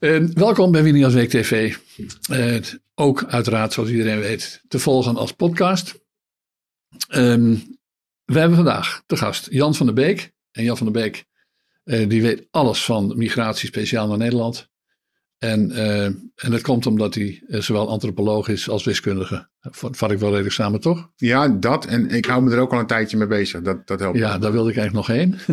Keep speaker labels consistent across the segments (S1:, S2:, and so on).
S1: Welkom bij Winning als Week TV. Ook uiteraard, zoals iedereen weet, te volgen als podcast. We hebben vandaag te gast Jan van der Beek. En Jan van der Beek die weet alles van migratie speciaal naar Nederland. En dat komt omdat hij zowel antropoloog is als wiskundige. Vat ik wel redelijk samen, toch?
S2: Ja, dat. En ik hou me er ook al een tijdje mee bezig. Dat helpt.
S1: Ja, daar wilde ik eigenlijk nog heen.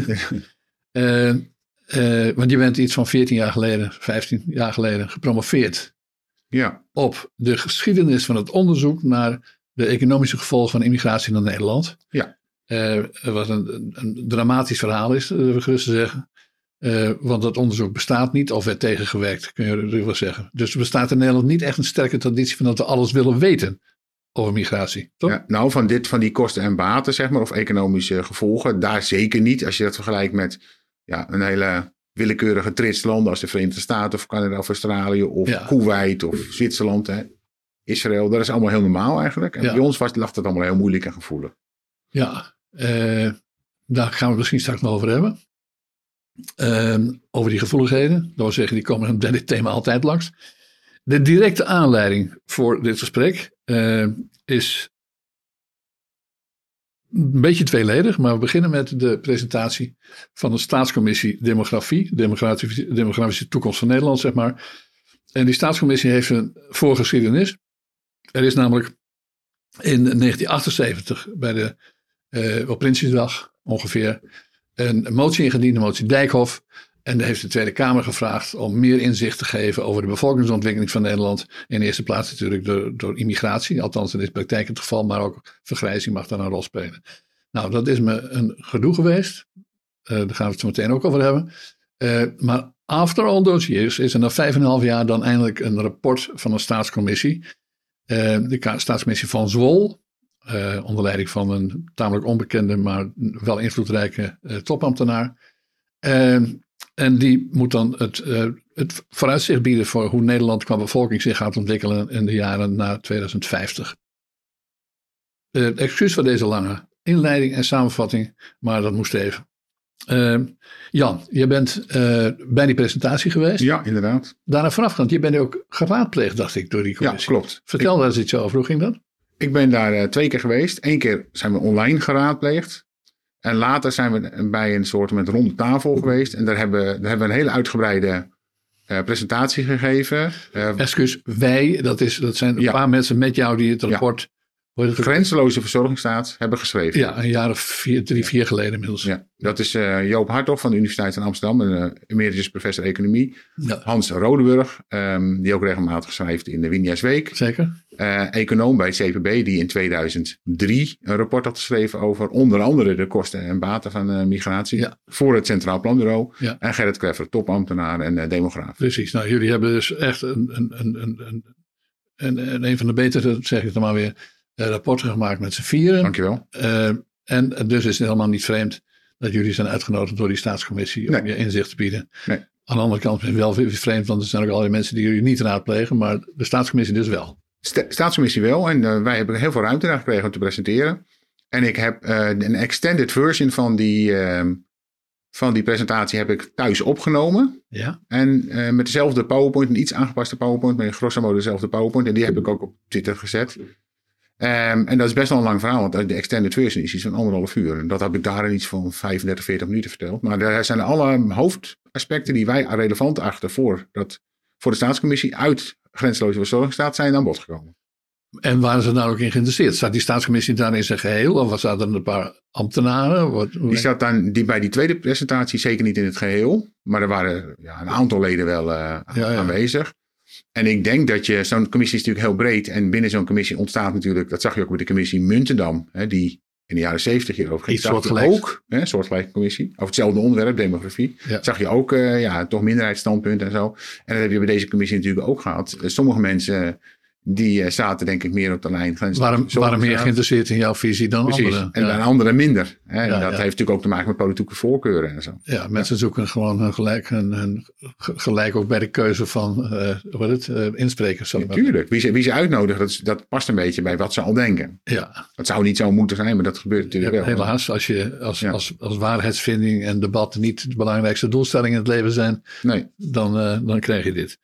S1: Want je bent iets van 15 jaar geleden gepromoveerd.
S2: Ja.
S1: Op de geschiedenis van het onderzoek naar de economische gevolgen van immigratie naar Nederland.
S2: Ja.
S1: Wat een dramatisch verhaal is, we gerust te zeggen. Want dat onderzoek bestaat niet of werd tegengewerkt, kun je wel zeggen. Dus er bestaat in Nederland niet echt een sterke traditie van dat we alles willen weten over migratie, toch?
S2: Ja, nou, van die kosten en baten, zeg maar, of economische gevolgen, daar zeker niet. Als je dat vergelijkt met een hele willekeurige trits landen als de Verenigde Staten of Canada of Australië of Kuwait of Zwitserland, Israël. Dat is allemaal heel normaal eigenlijk. En bij ons lag dat allemaal heel moeilijk en gevoelig.
S1: Ja, daar gaan we het misschien straks nog over hebben. Over die gevoeligheden. Dat wil zeggen, die komen bij dit thema altijd langs. De directe aanleiding voor dit gesprek is een beetje tweeledig, maar we beginnen met de presentatie van de Staatscommissie Demografie, Demografische Toekomst van Nederland, zeg maar. En die Staatscommissie heeft een voorgeschiedenis. Er is namelijk in 1978 op Prinsjesdag ongeveer een motie ingediend, de motie Dijkhoff. En daar heeft de Tweede Kamer gevraagd om meer inzicht te geven over de bevolkingsontwikkeling van Nederland. In de eerste plaats natuurlijk door immigratie. Althans, dat is in de praktijk het geval, maar ook vergrijzing mag daar een rol spelen. Nou, dat is me een gedoe geweest. Daar gaan we het zo meteen ook over hebben. Maar after all those years is er na 5,5 jaar dan eindelijk een rapport van een staatscommissie. De staatscommissie van Zwol. Onder leiding van een tamelijk onbekende, maar wel invloedrijke topambtenaar. En die moet dan het vooruitzicht bieden voor hoe Nederland qua bevolking zich gaat ontwikkelen in de jaren na 2050. Excuus voor deze lange inleiding en samenvatting, maar dat moest even. Jan, je bent bij die presentatie geweest.
S2: Ja, inderdaad.
S1: Daarna voorafgaand, je bent ook geraadpleegd, dacht ik, door die commissie.
S2: Ja, klopt.
S1: Vertel daar eens iets over, hoe ging dat?
S2: Ik ben daar 2 keer geweest. 1 keer zijn we online geraadpleegd. En later zijn we bij een soort met ronde tafel geweest. En daar hebben we een hele uitgebreide presentatie gegeven.
S1: Excuus, wij, dat zijn een paar mensen met jou die het rapport...
S2: Grenzeloze Verzorgingsstaat hebben geschreven.
S1: Ja, een jaar of 3, 4 geleden inmiddels.
S2: Ja, dat is Joop Hartog van de Universiteit van Amsterdam, emeritus professor economie. Ja. Hans Rodeburg, die ook regelmatig schrijft in de Winning Week.
S1: Zeker.
S2: Econoom bij het CPB, die in 2003 een rapport had geschreven over onder andere de kosten en baten van migratie voor het Centraal Planbureau. Ja. En Gerrit Kreffer, topambtenaar en demograaf.
S1: Precies, nou jullie hebben dus echt een van de betere, zeg ik het dan maar weer, rapporten gemaakt met z'n vieren.
S2: Dankjewel.
S1: En dus is het helemaal niet vreemd dat jullie zijn uitgenodigd door die staatscommissie om je inzicht te bieden. Nee. Aan de andere kant is het wel vreemd, want er zijn ook allerlei mensen die jullie niet raadplegen, maar de staatscommissie dus wel.
S2: Staatscommissie wel en wij hebben heel veel ruimte daar gekregen om te presenteren. En ik heb een extended version van die presentatie heb ik thuis opgenomen. Ja. En met dezelfde PowerPoint, een iets aangepaste PowerPoint, maar in grosso modo dezelfde PowerPoint. En die heb ik ook op Twitter gezet. En dat is best wel een lang verhaal, want de extended version is iets van 1,5 uur. En dat heb ik daar in iets van 35, 40 minuten verteld. Maar daar zijn alle hoofdaspecten die wij relevant achten voor de staatscommissie uit Grenzeloze Verzorgingsstaat zijn aan bod gekomen.
S1: En waren ze daar ook in geïnteresseerd? Staat die staatscommissie daar in zijn geheel? Of zaten er een paar ambtenaren?
S2: Die zat dan bij die tweede presentatie zeker niet in het geheel. Maar er waren een aantal leden wel aanwezig. En ik denk dat zo'n commissie is natuurlijk heel breed. En binnen zo'n commissie ontstaat natuurlijk, dat zag je ook bij de commissie Muntendam. Die in de jaren 70 hierover ging. Een soortgelijke commissie. Over hetzelfde onderwerp, demografie. Ja. Zag je ook toch minderheidsstandpunten en zo. En dat heb je bij deze commissie natuurlijk ook gehad. Sommige mensen die zaten denk ik meer op de lijn.
S1: Waren meer geïnteresseerd in jouw visie dan anderen.
S2: En anderen minder. Hè? Dat heeft natuurlijk ook te maken met politieke voorkeuren en zo.
S1: Ja, mensen zoeken gewoon hun gelijk ook bij de keuze van insprekers.
S2: Natuurlijk. Wie ze uitnodigen, dat past een beetje bij wat ze al denken.
S1: Ja.
S2: Dat zou niet zo moeten zijn, maar dat gebeurt natuurlijk wel.
S1: Helaas, als waarheidsvinding en debat niet de belangrijkste doelstellingen in het leven zijn, dan krijg je dit.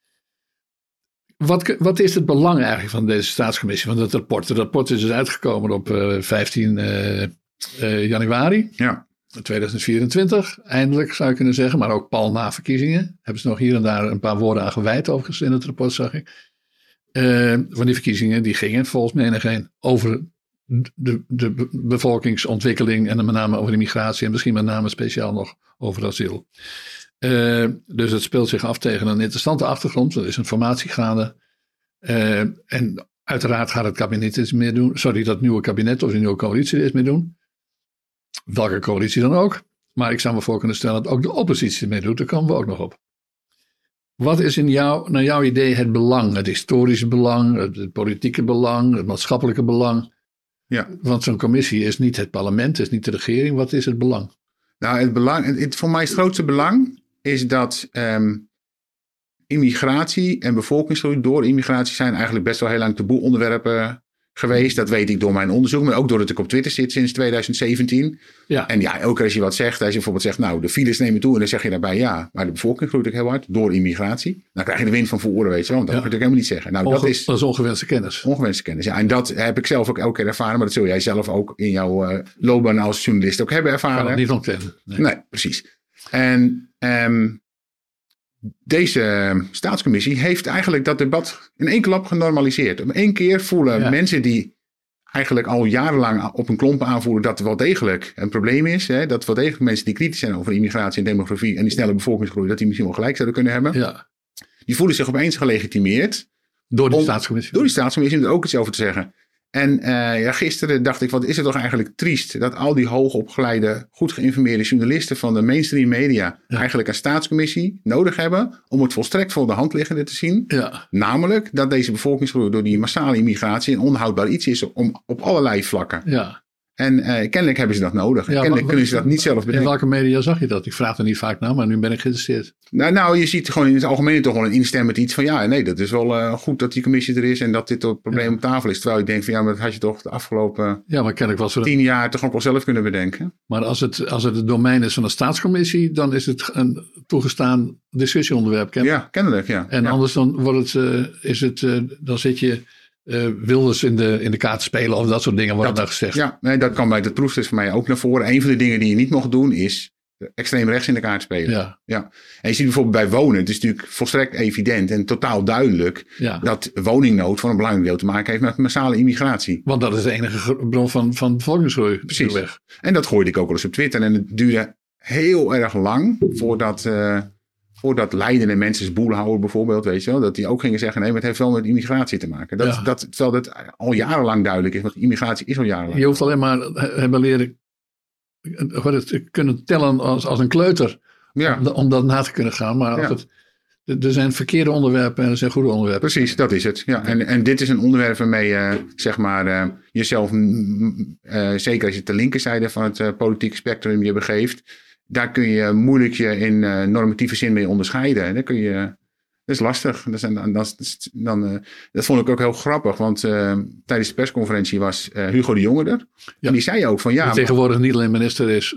S1: Wat is het belang eigenlijk van deze staatscommissie, van dat rapport? Het rapport is dus uitgekomen op 15 januari 2024. Eindelijk zou je kunnen zeggen, maar ook pal na verkiezingen. Hebben ze nog hier en daar een paar woorden aan gewijd overigens in het rapport, zag ik. Van die verkiezingen die gingen volgens menigeen over de bevolkingsontwikkeling en dan met name over immigratie en misschien met name speciaal nog over asiel. Dus het speelt zich af tegen een interessante achtergrond. Er is een formatie gaande. En uiteraard gaat het kabinet iets meer doen. Dat nieuwe kabinet of de nieuwe coalitie iets meer doen. Welke coalitie dan ook. Maar ik zou me voor kunnen stellen dat ook de oppositie mee doet. Daar komen we ook nog op. Wat is naar jouw idee het belang? Het historische belang, het politieke belang, het maatschappelijke belang?
S2: Ja.
S1: Want zo'n commissie is niet het parlement, is niet de regering. Wat is het belang?
S2: Nou, het belang, voor mij het grootste belang is dat immigratie en bevolkingsgroei door immigratie zijn eigenlijk best wel heel lang taboe onderwerpen geweest. Dat weet ik door mijn onderzoek, maar ook doordat ik op Twitter zit sinds 2017. Ja. En ja, ook als je wat zegt, als je bijvoorbeeld zegt, nou, de files nemen toe en dan zeg je daarbij ja, maar de bevolking groeit ook heel hard door immigratie. Dan krijg je de wind van voren, weet je wel, want dat kun je helemaal niet zeggen. Nou, dat is ongewenste kennis. Ongewenste kennis, ja. En dat heb ik zelf ook elke keer ervaren, maar dat zul jij zelf ook in jouw loopbaan als journalist ook hebben ervaren.
S1: Kan het niet ontkennen.
S2: Nee, precies. En deze staatscommissie heeft eigenlijk dat debat in één klap genormaliseerd. Op één keer voelen mensen die eigenlijk al jarenlang op een klomp aanvoeren dat er wel degelijk een probleem is. Hè, dat wel degelijk mensen die kritisch zijn over immigratie en demografie en die snelle bevolkingsgroei, dat die misschien wel gelijk zouden kunnen hebben. Ja. Die voelen zich opeens gelegitimeerd.
S1: Door die staatscommissie.
S2: Door die staatscommissie, om er ook iets over te zeggen. En gisteren dacht ik, wat is het toch eigenlijk triest dat al die hoogopgeleide, goed geïnformeerde journalisten van de mainstream media eigenlijk een staatscommissie nodig hebben om het volstrekt voor de hand liggende te zien. Ja. Namelijk dat deze bevolkingsgroei door die massale immigratie een onhoudbaar iets is op allerlei vlakken. Ja. En kennelijk hebben ze dat nodig. Ja, kennelijk kunnen ze dat niet zelf bedenken.
S1: In welke media zag je dat? Ik vraag er niet vaak naar, maar nu ben ik geïnteresseerd.
S2: Nou, je ziet gewoon in het algemeen toch wel een instemmend iets van ja, nee, dat is wel goed dat die commissie er is en dat dit probleem op tafel is. Terwijl ik denk van ja, maar dat had je toch de afgelopen 10 jaar toch ook wel zelf kunnen bedenken.
S1: Maar als het domein is van een staatscommissie, dan is het een toegestaan discussieonderwerp.
S2: Ja, kennelijk, ja.
S1: En anders dan dan zit je Wilders in de kaart spelen of dat soort dingen worden daar gezegd.
S2: Ja, nee, dat kan bij het proeftest voor mij ook naar voren. Een van de dingen die je niet mocht doen is extreem rechts in de kaart spelen. Ja. En je ziet bijvoorbeeld bij wonen, het is natuurlijk volstrekt evident en totaal duidelijk dat woningnood voor een belangrijk deel te maken heeft met massale immigratie.
S1: Want dat is de enige bron van bevolkingsgroei.
S2: Precies. Weg. En dat gooide ik ook al eens op Twitter en het duurde heel erg lang voordat leidende mensen, Boelhouwer bijvoorbeeld, weet je wel, dat die ook gingen zeggen, nee, maar het heeft wel met immigratie te maken. Terwijl dat al jarenlang duidelijk is, want immigratie is al jarenlang.
S1: Je hoeft alleen maar hebben leren kunnen tellen als een kleuter, om dat na te kunnen gaan. Maar er zijn verkeerde onderwerpen en er zijn goede onderwerpen.
S2: Precies, dat is het. Ja. En dit is een onderwerp waarmee jezelf, zeker als je de linkerzijde van het politieke spectrum je begeeft, daar kun je moeilijk je in normatieve zin mee onderscheiden. En dat is lastig. Dat vond ik ook heel grappig. Want tijdens de persconferentie was Hugo de Jonge er. Ja. En die zei ook van ja.
S1: Die tegenwoordig niet alleen minister is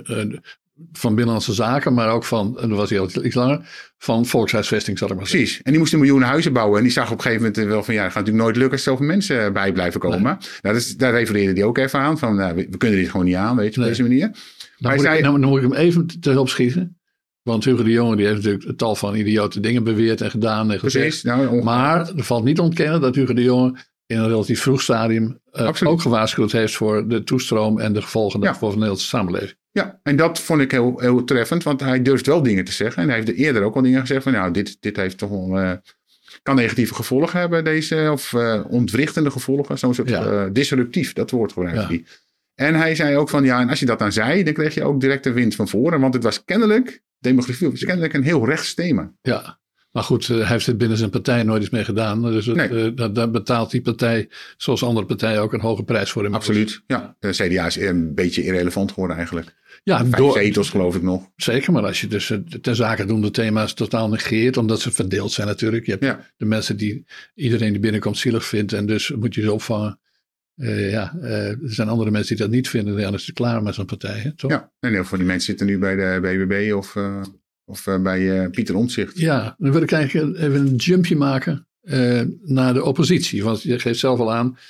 S1: van Binnenlandse Zaken. Maar ook van, en dat was hij al iets langer, van volkshuisvesting zal ik maar zeggen.
S2: Precies. En die moest 1 miljoen huizen bouwen. En die zag op een gegeven moment wel van ja, het gaat natuurlijk nooit lukken als er zoveel mensen bij blijven komen. Nee. Nou, daar refereerde hij ook even aan. Van we kunnen dit gewoon niet aan, weet je, op deze manier.
S1: Dan moet ik hem even te hulp schieten. Want Hugo de Jonge die heeft natuurlijk een tal van idiote dingen beweerd en gedaan en gezegd.
S2: Nou,
S1: maar er valt niet te ontkennen dat Hugo de Jonge in een relatief vroeg stadium ook gewaarschuwd heeft voor de toestroom en de gevolgen voor de Nederlandse samenleving.
S2: Ja, en dat vond ik heel, heel treffend, want hij durft wel dingen te zeggen. En hij heeft er eerder ook al dingen gezegd van nou, dit heeft toch wel, kan negatieve gevolgen hebben, deze, of ontwrichtende gevolgen. Zo'n soort disruptief, dat woord gebruikt hij. En hij zei ook van ja, en als je dat dan zei, dan kreeg je ook direct de wind van voren. Want het was kennelijk, demografie was kennelijk een heel rechts thema.
S1: Ja. Maar goed, hij heeft het binnen zijn partij nooit eens mee gedaan. Dus daar betaalt die partij, zoals andere partijen, ook een hoge prijs voor.
S2: Absoluut, ja. De CDA is een beetje irrelevant geworden eigenlijk. Ja, 5 zetels geloof ik nog.
S1: Zeker, maar als je dus ten zake doen de thema's totaal negeert, omdat ze verdeeld zijn natuurlijk. Je hebt de mensen die iedereen die binnenkomt zielig vindt en dus moet je ze opvangen. Er zijn andere mensen die dat niet vinden. Dan is het klaar met zo'n partij. Hè, toch?
S2: Ja, en heel veel van die mensen zitten nu bij de BBB of bij Pieter Omtzigt.
S1: Ja, dan wil ik eigenlijk even een jumpje maken naar de oppositie. Want je geeft zelf al aan,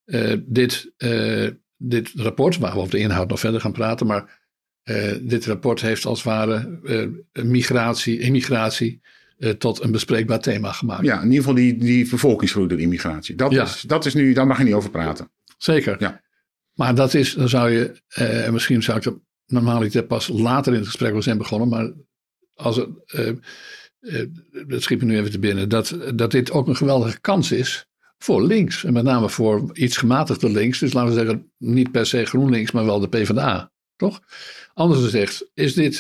S1: dit rapport, waar we over de inhoud nog verder gaan praten, maar dit rapport heeft als het ware immigratie tot een bespreekbaar thema gemaakt.
S2: Ja, in ieder geval die vervolgingsgroei door immigratie. Dat is nu, daar mag je niet over praten.
S1: Zeker. Ja. Maar dat is, dan zou je, misschien zou ik dat normaliter pas later in het gesprek wel zijn begonnen, maar als het, dat schiet me nu even te binnen, dat dit ook een geweldige kans is voor links. En met name voor iets gematigder links. Dus laten we zeggen, niet per se GroenLinks, maar wel de PvdA. Toch? Anders gezegd,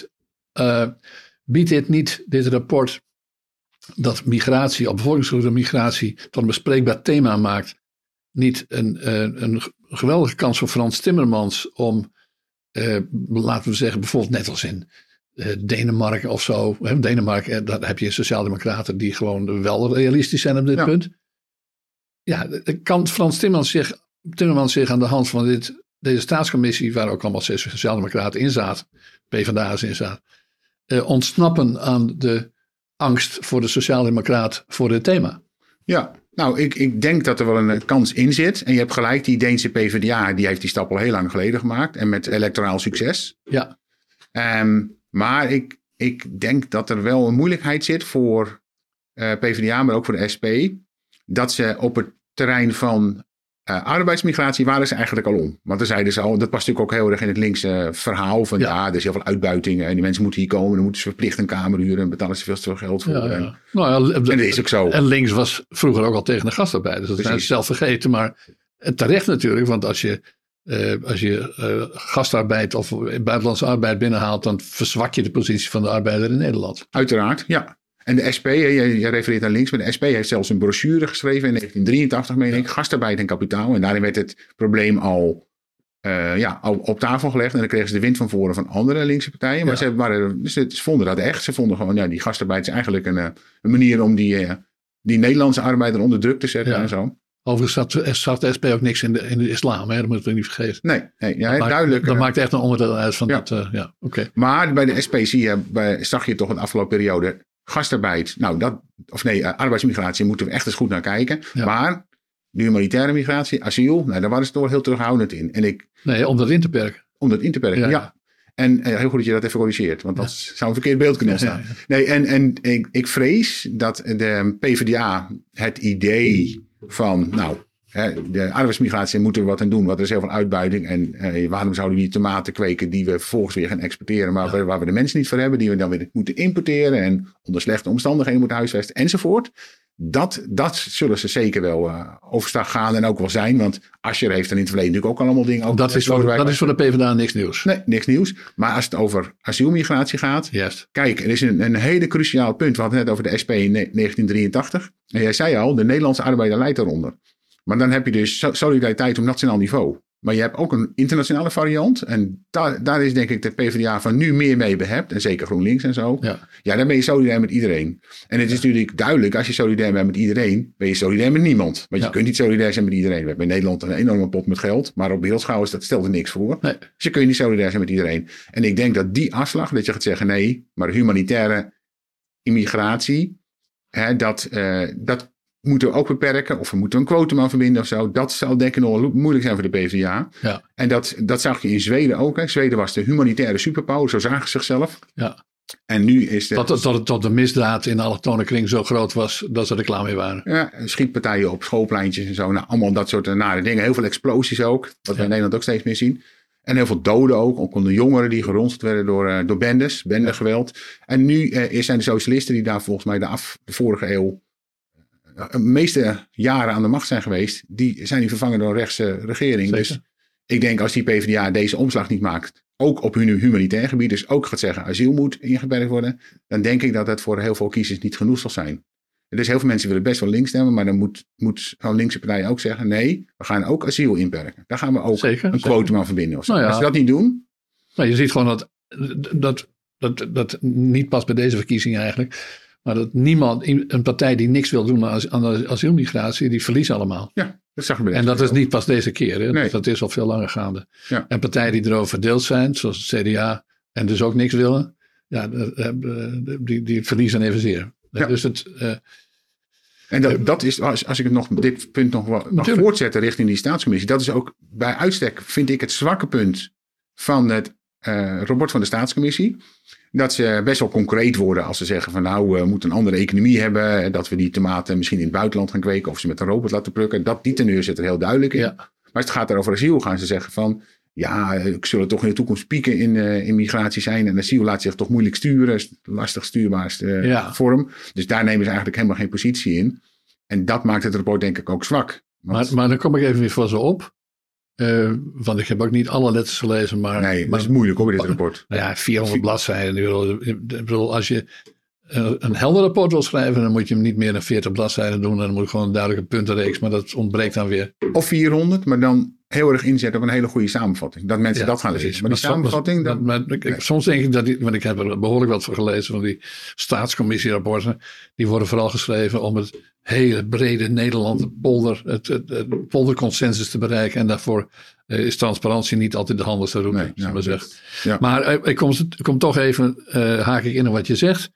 S1: biedt dit niet, dit rapport, dat migratie, op bevolkingsgroei migratie, tot een bespreekbaar thema maakt, niet een geweldige kans voor Frans Timmermans om, laten we zeggen, bijvoorbeeld net als in Denemarken of zo. Denemarken, daar heb je sociaaldemocraten die gewoon wel realistisch zijn op dit punt. Ja, kan Frans Timmermans zich aan de hand van deze staatscommissie, waar ook allemaal sociaaldemocraten in zaten, PvdA's in zaten, ontsnappen aan de angst voor de sociaaldemocraat voor dit thema?
S2: Ja, nou, ik denk dat er wel een kans in zit. En je hebt gelijk, die Deense PvdA, die heeft die stap al heel lang geleden gemaakt. En met electoraal succes.
S1: Ja.
S2: Maar ik denk dat er wel een moeilijkheid zit voor PvdA, maar ook voor de SP. Dat ze op het terrein van arbeidsmigratie waren ze eigenlijk al om. Want dan zeiden ze al, dat past natuurlijk ook heel erg in het linkse verhaal. Van er is heel veel uitbuiting en die mensen moeten hier komen. Dan moeten ze verplicht een kamer huren en betalen ze veel te veel geld voor. En dat is ook zo.
S1: En links was vroeger ook al tegen de gastarbeiders. Dat zijn ze zelf vergeten. Maar terecht natuurlijk, want als je gastarbeid of buitenlandse arbeid binnenhaalt, dan verzwak je de positie van de arbeider in Nederland.
S2: Uiteraard, ja. En de SP, je refereert naar links, maar de SP heeft zelfs een brochure geschreven in 1983, meen ik, gastarbeid en kapitaal. En daarin werd het probleem al op tafel gelegd. En dan kregen ze de wind van voren van andere linkse partijen. Maar ze vonden dat echt. Ze vonden gewoon, die gastarbeid is eigenlijk een manier om die Nederlandse arbeider onder druk te zetten en zo.
S1: Overigens zat de SP ook niks in de islam, hè? Dat moeten we niet vergeten.
S2: Nee, duidelijk.
S1: Dat maakt echt een onderdeel uit van dat. Okay.
S2: Maar bij de SP zag je toch in de afgelopen periode gastarbeid. Arbeidsmigratie moeten we echt eens goed naar kijken. Ja. Maar de humanitaire migratie, asiel, daar waren ze toch heel terughoudend in.
S1: Om dat in te perken.
S2: Om dat in te perken, ja. En heel goed dat je dat even corrigeert, want dat zou een verkeerd beeld kunnen ontstaan. Nee, en ik vrees dat de PvdA het idee van, de arbeidsmigratie moeten we wat aan doen, want er is heel veel uitbuiting. En waarom zouden we die tomaten kweken die we vervolgens weer gaan exporteren, maar waar we de mensen niet voor hebben, die we dan weer moeten importeren en onder slechte omstandigheden moeten huisvesten enzovoort. Dat zullen ze zeker wel overstag gaan en ook wel zijn. Want Asscher heeft er in het verleden natuurlijk ook allemaal dingen over.
S1: Dat is voor de PvdA niks nieuws.
S2: Nee, niks nieuws. Maar als het over asielmigratie gaat. Kijk, er is een hele cruciaal punt. We hadden het net over de SP in 1983. En jij zei al, de Nederlandse arbeider leidt daaronder. Maar dan heb je dus solidariteit op nationaal niveau. Maar je hebt ook een internationale variant. En daar is denk ik de PvdA van nu meer mee behept. En zeker GroenLinks en zo. Ja, dan ben je solidair met iedereen. En het is natuurlijk duidelijk, als je solidair bent met iedereen, ben je solidair met niemand. Want je kunt niet solidair zijn met iedereen. We hebben in Nederland een enorme pot met geld. Maar op wereldschaal stelt er niks voor. Nee. Dus je kun je niet solidair zijn met iedereen. En ik denk dat die afslag, dat je gaat zeggen nee, maar humanitaire immigratie, dat moeten we ook beperken. Of we moeten een quotum aan verbinden of zo. Dat zal denk ik nog moeilijk zijn voor de PvdA. Ja. En dat zag je in Zweden ook. Hè. Zweden was de humanitaire superpower. Zo zagen ze zichzelf. Ja. En nu is
S1: tot de misdaad in de allochtone kring zo groot was dat ze er klaar mee waren.
S2: Ja, schietpartijen op schoolpleintjes en zo. Allemaal dat soort nare dingen. Heel veel explosies ook. Wat we in Nederland ook steeds meer zien. En heel veel doden ook onder jongeren die geronseld werden door bendegeweld. En nu zijn de socialisten die daar volgens mij de vorige eeuw de meeste jaren aan de macht zijn geweest, die zijn nu vervangen door een rechtse regering. Zeker. Dus ik denk als die PvdA deze omslag niet maakt, ook op hun humanitair gebied, dus ook gaat zeggen asiel moet ingeperkt worden, dan denk ik dat dat voor heel veel kiezers niet genoeg zal zijn. Dus heel veel mensen willen best wel links stemmen, maar dan moet zo'n linkse partij ook zeggen, nee, we gaan ook asiel inperken. Daar gaan we ook een quotum aan verbinden. Of zo. Nou ja. Als ze dat niet doen...
S1: Nou, je ziet gewoon dat niet pas bij deze verkiezingen eigenlijk, maar dat een partij die niks wil doen aan de asielmigratie, die verliest allemaal.
S2: Ja, dat zag ik bij
S1: en dat is niet pas deze keer. Hè? Nee. Dat is al veel langer gaande. Ja. En partijen die erover verdeeld zijn, zoals het CDA, en dus ook niks willen, ja, die verliezen evenzeer. Ja. Dus
S2: en dat is, als ik dit punt nog voortzetten richting die staatscommissie, dat is ook bij uitstek, vind ik, het zwakke punt van het rapport van de staatscommissie. Dat ze best wel concreet worden als ze zeggen van nou, we moeten een andere economie hebben, dat we die tomaten misschien in het buitenland gaan kweken of ze met een robot laten plukken. Die teneur zit er heel duidelijk in. Ja. Maar als het gaat over asiel, gaan ze zeggen van ja, ik zullen toch in de toekomst pieken in migratie zijn. En asiel laat zich toch moeilijk sturen. Is de lastig stuurbaarste vorm. Dus daar nemen ze eigenlijk helemaal geen positie in. En dat maakt het rapport denk ik ook zwak.
S1: Maar dan kom ik even weer voor ze op. Want ik heb ook niet alle letters gelezen. Maar
S2: dat is moeilijk hoor, dit rapport.
S1: Nou ja, 400 bladzijden. Ik bedoel, als je een helder rapport wil schrijven, dan moet je hem niet meer dan 40 bladzijden doen. Dan moet je gewoon een duidelijke puntenreeks. Maar dat ontbreekt dan weer.
S2: Of 400, maar dan heel erg inzetten op een hele goede samenvatting. Dat mensen dat gaan lezen. Maar die samenvatting...
S1: Soms denk ik want ik heb er behoorlijk wat voor gelezen van die staatscommissierapporten. Die worden vooral geschreven om het hele brede Nederland, het polderconsensus te bereiken. En daarvoor is transparantie niet altijd de handigste route. Maar ik kom toch even, haak ik in op wat je zegt.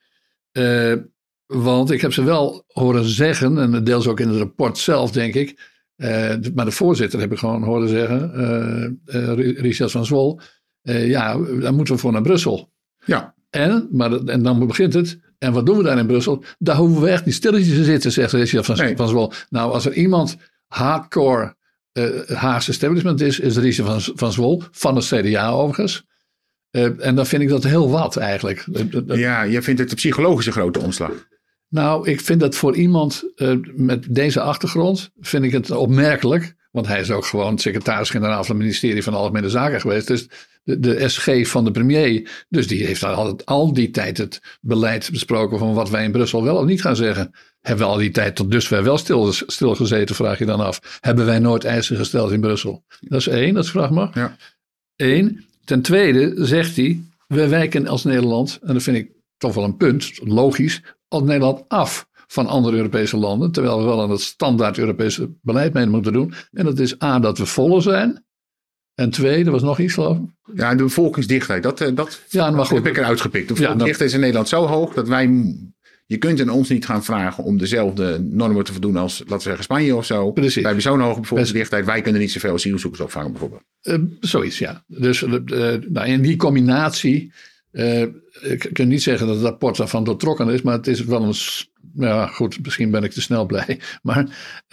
S1: Want ik heb ze wel horen zeggen, en deels ook in het rapport zelf denk ik. Maar de voorzitter heb ik gewoon horen zeggen, Richard van Zwol. Daar moeten we voor naar Brussel.
S2: Ja.
S1: En dan begint het. En wat doen we daar in Brussel? Daar hoeven we echt niet stilletjes te zitten, zegt Richard van Zwol. Nou, als er iemand hardcore Haagse establishment is Richard van Zwol. Van het CDA overigens. En dan vind ik dat heel wat eigenlijk.
S2: Ja, jij vindt het een psychologische grote omslag.
S1: Nou, ik vind dat voor iemand met deze achtergrond, vind ik het opmerkelijk. Want hij is ook gewoon secretaris-generaal van het ministerie van Algemene Zaken geweest. Dus de SG van de premier. Dus die heeft al die tijd het beleid besproken van wat wij in Brussel wel of niet gaan zeggen. Hebben we al die tijd tot dusver wel stilgezeten, vraag je dan af. Hebben wij nooit eisen gesteld in Brussel? Dat is 1, dat is vraag maar.
S2: Ja.
S1: 1. Ten tweede zegt hij, we wijken als Nederland, en dat vind ik toch wel een punt, logisch, als Nederland af van andere Europese landen, terwijl we wel aan het standaard Europese beleid mee moeten doen. En dat is A, dat we voller zijn. En 2, er was nog iets geloof ik.
S2: Ja, de bevolkingsdichtheid, dat heb ik eruit gepikt. De bevolkingsdichtheid is in Nederland zo hoog dat je kunt in ons niet gaan vragen om dezelfde normen te voldoen als, laten we zeggen, Spanje of zo. Precies. Wij hebben zo'n hoge bevolkingsdichtheid, wij kunnen niet zoveel asielzoekers opvangen bijvoorbeeld.
S1: Zoiets, ja. Dus in die combinatie, ik kan niet zeggen dat het rapport daarvan doortrokken is, maar het is wel een, ja goed, misschien ben ik te snel blij, maar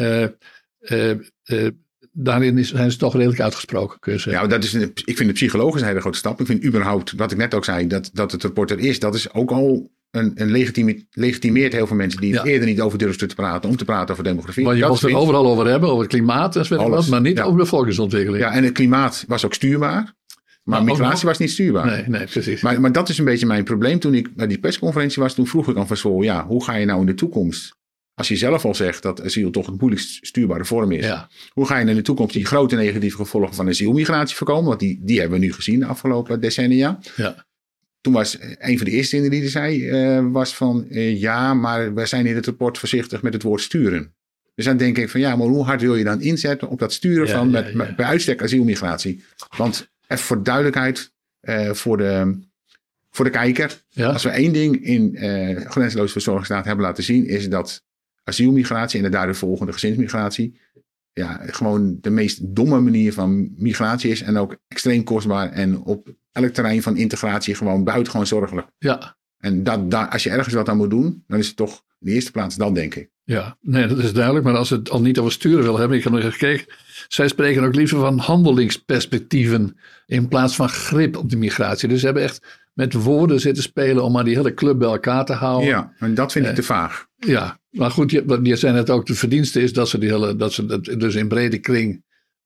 S1: daarin zijn ze toch redelijk uitgesproken, kun je zeggen.
S2: Ja, ik vind het psychologisch een hele grote stap. Ik vind überhaupt, wat ik net ook zei, dat het rapport er is, dat is ook al legitimeert heel veel mensen die eerder niet over durfden te praten, om te praten over demografie.
S1: Maar je moest het overal over hebben, over het klimaat en zo wat, maar niet over de bevolkingsontwikkeling.
S2: Ja, en het klimaat was ook stuurbaar. Maar migratie was niet stuurbaar.
S1: Nee, precies.
S2: Maar dat is een beetje mijn probleem. Toen ik bij die persconferentie was, toen vroeg ik aan Van Zwol, hoe ga je nou in de toekomst, als je zelf al zegt dat asiel toch het moeilijkst stuurbare vorm is, hoe ga je in de toekomst die grote negatieve gevolgen van asielmigratie voorkomen? Want die hebben we nu gezien de afgelopen decennia.
S1: Ja.
S2: Toen was een van de eerste dingen die hij zei, was van maar we zijn in het rapport voorzichtig met het woord sturen. Dus dan denk ik van maar hoe hard wil je dan inzetten op dat sturen bij uitstek asielmigratie? Want even voor de duidelijkheid, voor de kijker. Ja. Als we één ding in grenzeloze verzorgingsstaat hebben laten zien, is dat asielmigratie en de daardoor volgende gezinsmigratie gewoon de meest domme manier van migratie is. En ook extreem kostbaar en op elk terrein van integratie gewoon buitengewoon zorgelijk.
S1: Ja.
S2: En als je ergens wat aan moet doen, dan is het toch in de eerste plaats dat, denk ik.
S1: Ja, nee, dat is duidelijk. Maar als het al niet over sturen wil hebben, ik heb nog eens gekeken. Zij spreken ook liever van handelingsperspectieven in plaats van grip op de migratie. Dus ze hebben echt met woorden zitten spelen om maar die hele club bij elkaar te houden.
S2: Ja, en dat vind ik te vaag.
S1: Ja, maar goed, je zei net ook, de verdienste is dat ze dus in brede kring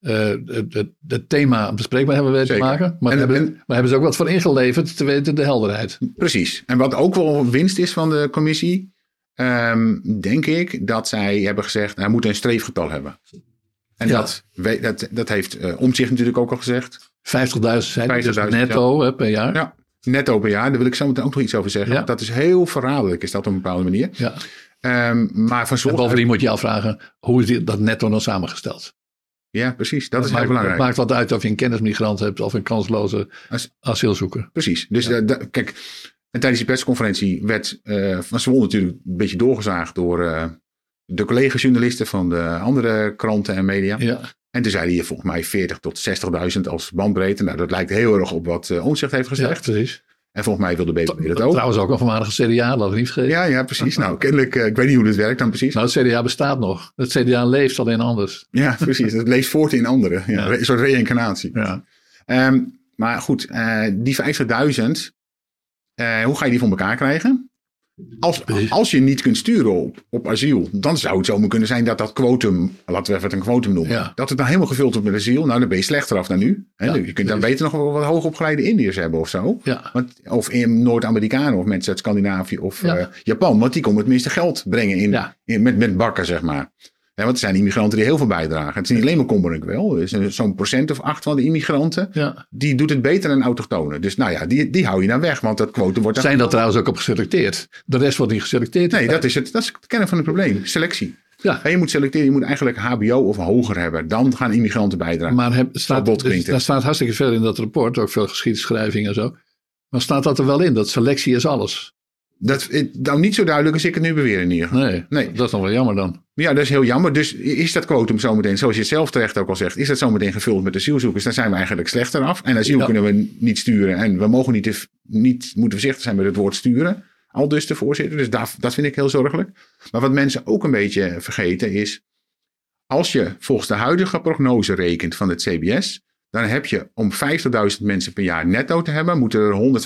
S1: het thema bespreekbaar hebben weten te maken. Maar hebben ze ook wat voor ingeleverd, te weten de helderheid.
S2: Precies. En wat ook wel winst is van de commissie, denk ik, dat zij hebben gezegd, hij moet een streefgetal hebben. En dat heeft Omtzigt natuurlijk ook al gezegd.
S1: 50.000 zijn dus netto per jaar.
S2: Ja, netto per jaar. Daar wil ik zo meteen ook nog iets over zeggen. Ja. Dat is heel verraderlijk, is dat op een bepaalde manier.
S1: Ja.
S2: Maar van
S1: en bovendien moet je afvragen, hoe is dat netto dan samengesteld?
S2: Ja, precies. Dat is heel belangrijk.
S1: Het maakt wat uit of je een kennismigrant hebt of een kansloze asielzoeker.
S2: Precies. Dus kijk, en tijdens die persconferentie werd Van Zwol natuurlijk een beetje doorgezaagd door de collega-journalisten van de andere kranten en media.
S1: Ja.
S2: En toen zei hij volgens mij 40 tot 60.000 als bandbreedte. Nou, dat lijkt heel erg op wat Omtzigt heeft gezegd.
S1: Ja, precies.
S2: En volgens mij wilde BBB dat ook.
S1: Trouwens ook een voormalige CDA, laat ik niet vergeten.
S2: Ja, precies. Nou, kennelijk, ik weet niet hoe dit werkt dan precies.
S1: Nou, het CDA bestaat nog. Het CDA leeft alleen anders.
S2: Ja, precies. Het leeft voort in anderen. Ja, een soort reïncarnatie.
S1: Ja.
S2: Maar goed, die 50.000, hoe ga je die voor elkaar krijgen? Als je niet kunt sturen op asiel, dan zou het zomaar kunnen zijn dat quotum, laten we even een quotum noemen, dat het dan helemaal gevuld wordt met asiel. Nou, dan ben je slechter af dan nu. Hè? Je kunt dan beter nog wel wat hoogopgeleide Indiërs hebben of zo.
S1: Ja.
S2: Of Noord-Amerikanen of mensen uit Scandinavië of Japan. Want die komen het minste geld brengen met bakken, zeg maar. Ja, want er zijn immigranten die heel veel bijdragen. Het is niet alleen maar Kommerink wel. Zo'n 8% van de immigranten, die doet het beter dan autochtonen. Dus nou ja, die hou je dan weg, want dat quotum wordt...
S1: Zijn daar trouwens ook op geselecteerd? De rest wordt niet geselecteerd.
S2: Nee, dat is het kern van het probleem. Selectie. Ja. En je moet selecteren, je moet eigenlijk HBO of hoger hebben. Dan gaan immigranten bijdragen.
S1: Maar daar staat hartstikke veel in dat rapport, ook veel geschiedschrijving en zo. Maar staat dat er wel in, dat selectie is alles?
S2: Dat nou niet zo duidelijk als ik het nu beweer in ieder geval.
S1: Nee, dat is nog wel jammer dan.
S2: Ja, dat is heel jammer. Dus is dat quotum zometeen, zoals je het zelf terecht ook al zegt, is dat zometeen gevuld met asielzoekers? Dan zijn we eigenlijk slechter af. En asiel kunnen we niet sturen. En we mogen niet moeten voorzichtig zijn met het woord sturen. Al dus de voorzitter. Dus dat vind ik heel zorgelijk. Maar wat mensen ook een beetje vergeten is, als je volgens de huidige prognose rekent van het CBS, dan heb je om 50.000 mensen per jaar netto te hebben, moeten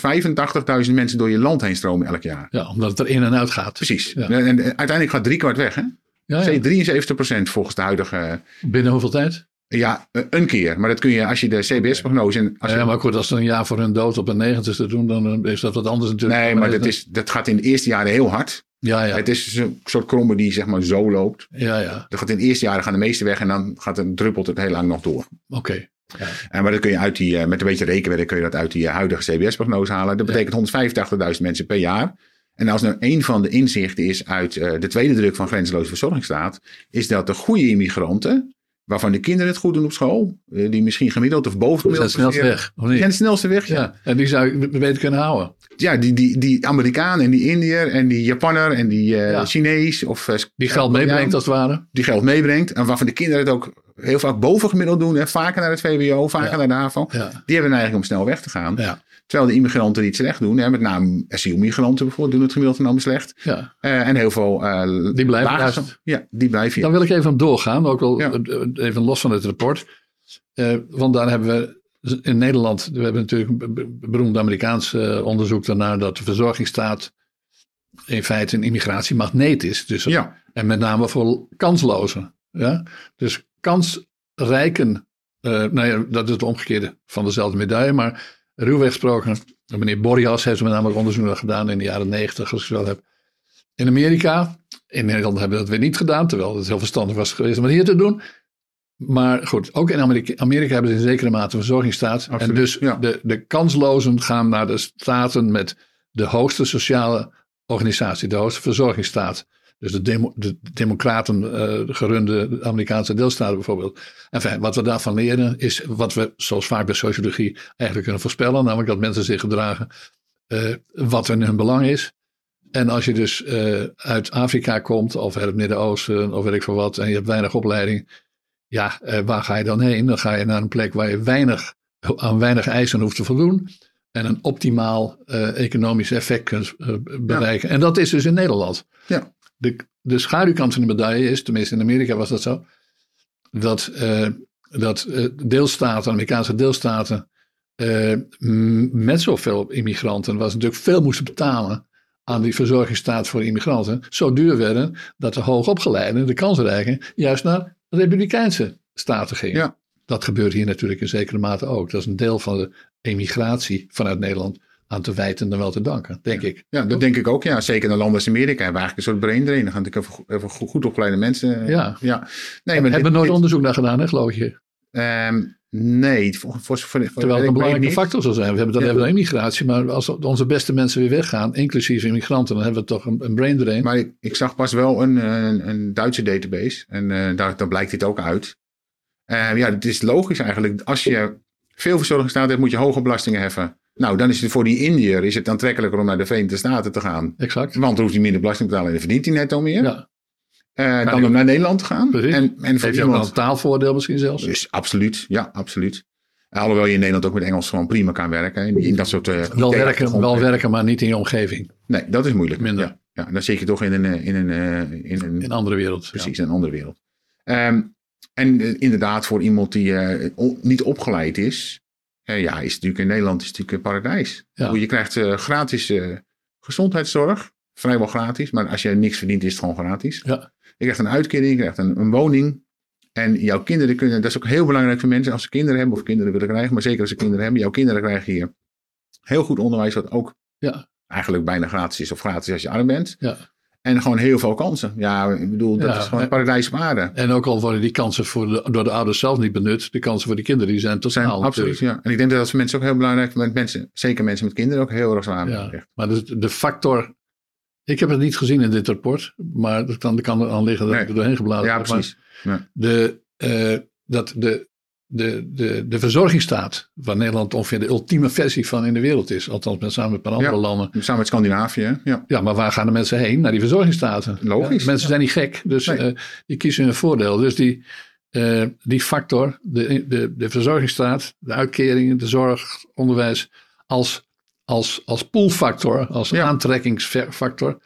S2: er 185.000 mensen door je land heen stromen elk jaar.
S1: Ja, omdat het er in en uit gaat.
S2: Precies. Ja. En uiteindelijk gaat 3/4 weg, hè? Ja. 73% volgens de huidige...
S1: Binnen hoeveel tijd?
S2: Ja, een keer. Maar dat kun je als je de CBS-prognose...
S1: Ja, maar goed, als ze een jaar voor hun dood op een 90ste doen, dan is dat wat anders natuurlijk.
S2: Nee, maar dat gaat in de eerste jaren heel hard.
S1: Ja.
S2: Het is een soort kromme die zeg maar zo loopt.
S1: Ja.
S2: Dat gaat in de eerste jaren gaan de meeste weg en dan druppelt het heel lang nog door.
S1: Oké. Ja.
S2: Maar dat kun je met een beetje rekenwerk kun je dat uit die huidige CBS-prognose halen. Dat betekent 185.000 mensen per jaar. En als nou een van de inzichten is uit de tweede druk van Grenzeloze Verzorgingsstaat, is dat de goede immigranten, waarvan de kinderen het goed doen op school, die misschien gemiddeld of bovengemiddeld
S1: zijn het snelste weg.
S2: Die zijn het snelste weg, ja.
S1: En die zou je beter kunnen houden.
S2: Ja, die Amerikaan en die Indiër en die Japanner en die Chinees.
S1: Die geld meebrengt als het ware.
S2: Die geld meebrengt en waarvan de kinderen het ook heel vaak bovengemiddeld doen. Hè, vaker naar het VWO, vaker naar de HAVO. Ja. Die hebben eigenlijk om snel weg te gaan. Ja. Terwijl de immigranten die het slecht doen, hè, met name asielmigranten bijvoorbeeld, doen het gemiddeld genomen slecht. Ja. En heel veel...
S1: die blijven juist.
S2: Ja, die blijven.
S1: Dan wil ik even op doorgaan, ook wel even los van het rapport. Want daar hebben we in Nederland, we hebben natuurlijk een beroemd Amerikaans onderzoek daarnaar, dat de verzorgingsstaat in feite een immigratiemagneet is. Dus, en met name voor kanslozen. Ja? Dus kansrijken, dat is het omgekeerde van dezelfde medaille, maar ruwweg gesproken, meneer Borjas heeft met name onderzoek naar gedaan in de jaren 90, als ik het wel heb. In Amerika, in Nederland hebben we dat weer niet gedaan, terwijl het heel verstandig was geweest om het hier te doen. Maar goed, ook in Amerika hebben ze in zekere mate een verzorgingsstaat. Absoluut, en dus de kanslozen gaan naar de staten met de hoogste sociale organisatie, de hoogste verzorgingsstaat. Dus de democraten gerunde Amerikaanse deelstaten bijvoorbeeld. Enfin, wat we daarvan leren is wat we, zoals vaak bij sociologie, eigenlijk kunnen voorspellen. Namelijk dat mensen zich gedragen wat in hun belang is. En als je dus uit Afrika komt of uit het Midden-Oosten of weet ik veel wat en je hebt weinig opleiding. Ja, waar ga je dan heen? Dan ga je naar een plek waar je aan weinig eisen hoeft te voldoen. En een optimaal economisch effect kunt bereiken. Ja. En dat is dus in Nederland. Ja. De schaduwkant van de medaille is, tenminste in Amerika was dat zo, dat deelstaten, Amerikaanse deelstaten, met zoveel immigranten, was natuurlijk veel moesten betalen aan die verzorgingsstaat voor immigranten, zo duur werden dat de hoogopgeleiden, de kansrijken, juist naar republikeinse staten gingen. Ja. dat gebeurt hier natuurlijk in zekere mate ook. Dat is een deel van de emigratie vanuit Nederland aan te wijten dan wel te danken, denk ik.
S2: Ja, dat denk ik ook. Ja, zeker in landen als Amerika hebben we eigenlijk een soort brain drain. Dan gaan natuurlijk even goed opgeleide mensen.
S1: Ja.
S2: Nee, maar
S1: hebben we nooit onderzoek naar gedaan, hè, geloof je?
S2: Nee.
S1: Terwijl het een belangrijke factor zal zijn. We hebben dan even een immigratie, maar als onze beste mensen weer weggaan, inclusief immigranten, dan hebben we toch een brain drain.
S2: Maar ik zag pas wel een Duitse database en daar blijkt dit ook uit. Het is logisch eigenlijk. Als je veel verzorgingsstaat hebt, moet je hoge belastingen heffen. Nou, dan is het voor die Indiër is het aantrekkelijker om naar de Verenigde Staten te gaan.
S1: Exact.
S2: Want dan hoeft hij minder belasting te betalen en dan verdient hij netto meer.
S1: Ja.
S2: Dan om naar Nederland te gaan.
S1: Precies.
S2: En
S1: heeft hij ook wel een taalvoordeel misschien zelfs?
S2: Dus absoluut, ja, absoluut. Alhoewel je in Nederland ook met Engels gewoon prima kan werken. In dat soort,
S1: wel werken, maar niet in je omgeving.
S2: Nee, dat is moeilijk.
S1: Minder.
S2: Ja, dan zit je toch in een andere wereld. Precies, een andere wereld. En inderdaad, voor iemand die niet opgeleid is, is natuurlijk in Nederland natuurlijk een paradijs.
S1: Ja.
S2: Je krijgt gratis gezondheidszorg, vrijwel gratis, maar als je niks verdient is het gewoon gratis.
S1: Ja.
S2: Je krijgt een uitkering, je krijgt een woning. En jouw kinderen kunnen, dat is ook heel belangrijk voor mensen als ze kinderen hebben of kinderen willen krijgen, maar zeker als ze kinderen hebben. Jouw kinderen krijgen hier heel goed onderwijs, wat ook eigenlijk bijna gratis is of gratis als je arm bent.
S1: Ja.
S2: En gewoon heel veel kansen. Ja, ik bedoel, dat is gewoon een paradijs op aarde.
S1: En ook al worden die kansen door de ouders zelf niet benut, de kansen voor die kinderen die zijn totaal.
S2: Absoluut, ja. En ik denk dat dat voor mensen ook heel belangrijk is, zeker mensen met kinderen ook heel erg zwaar.
S1: Ja, maar de factor, ik heb het niet gezien in dit rapport, maar dat kan er aan liggen dat ik er doorheen gebladerd heb.
S2: Ja, precies.
S1: De verzorgingsstaat, waar Nederland ongeveer de ultieme versie van in de wereld is. Althans, samen met een paar andere landen.
S2: Samen met Scandinavië, ja.
S1: Ja, maar waar gaan de mensen heen? Naar die verzorgingsstaten.
S2: Logisch.
S1: Mensen zijn niet gek, dus die kiezen hun voordeel. Dus die factor, de verzorgingsstaat, de uitkeringen, de zorg, onderwijs, als poolfactor, als aantrekkingsfactor.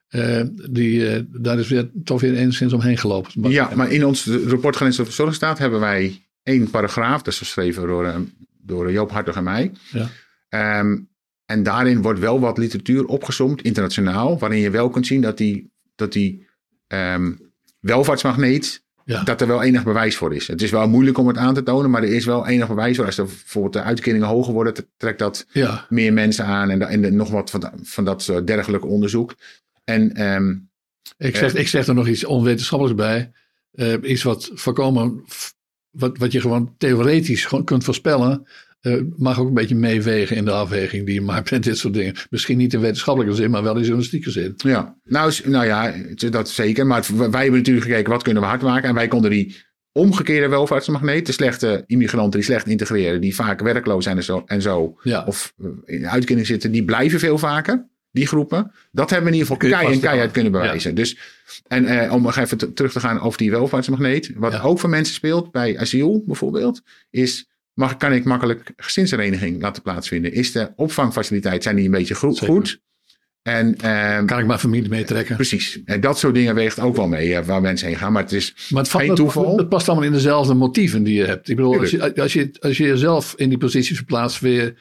S1: Daar is toch weer enigszins omheen gelopen.
S2: Ja, maar in ons rapport Grens over Verzorgingsstaat hebben wij 1 paragraaf, dat is geschreven door Joop Hartog en mij.
S1: Ja.
S2: En daarin wordt wel wat literatuur opgesomd, internationaal, waarin je wel kunt zien dat die welvaartsmagneet, dat er wel enig bewijs voor is. Het is wel moeilijk om het aan te tonen, maar er is wel enig bewijs voor. Als er bijvoorbeeld de uitkeringen hoger worden, trekt dat meer mensen aan en nog wat van dat dergelijke onderzoek. En
S1: ik zeg er nog iets onwetenschappelijks bij. Iets wat voorkomen, wat je gewoon theoretisch gewoon kunt voorspellen, mag ook een beetje meewegen in de afweging die je maakt met dit soort dingen. Misschien niet in wetenschappelijke zin, maar wel in journalistieke zin.
S2: Ja, nou ja, dat zeker. Maar wij hebben natuurlijk gekeken, wat kunnen we hard maken? En wij konden die omgekeerde welvaartsmagneet, de slechte immigranten die slecht integreren, die vaak werkloos zijn en zo of in de uitkering zitten, die blijven veel vaker. Die groepen, dat hebben we in ieder geval keihard kunnen bewijzen. Ja. Dus, om nog even terug te gaan over die welvaartsmagneet. Wat ook voor mensen speelt, bij asiel bijvoorbeeld, is, kan ik makkelijk gezinshereniging laten plaatsvinden? Is de opvangfaciliteit, zijn die een beetje goed? En,
S1: kan ik mijn familie meetrekken?
S2: Precies. En dat soort dingen weegt ook wel mee waar mensen heen gaan. Maar het is geen toeval.
S1: Het past allemaal in dezelfde motieven die je hebt. Ik bedoel, als je jezelf in die positie verplaatst,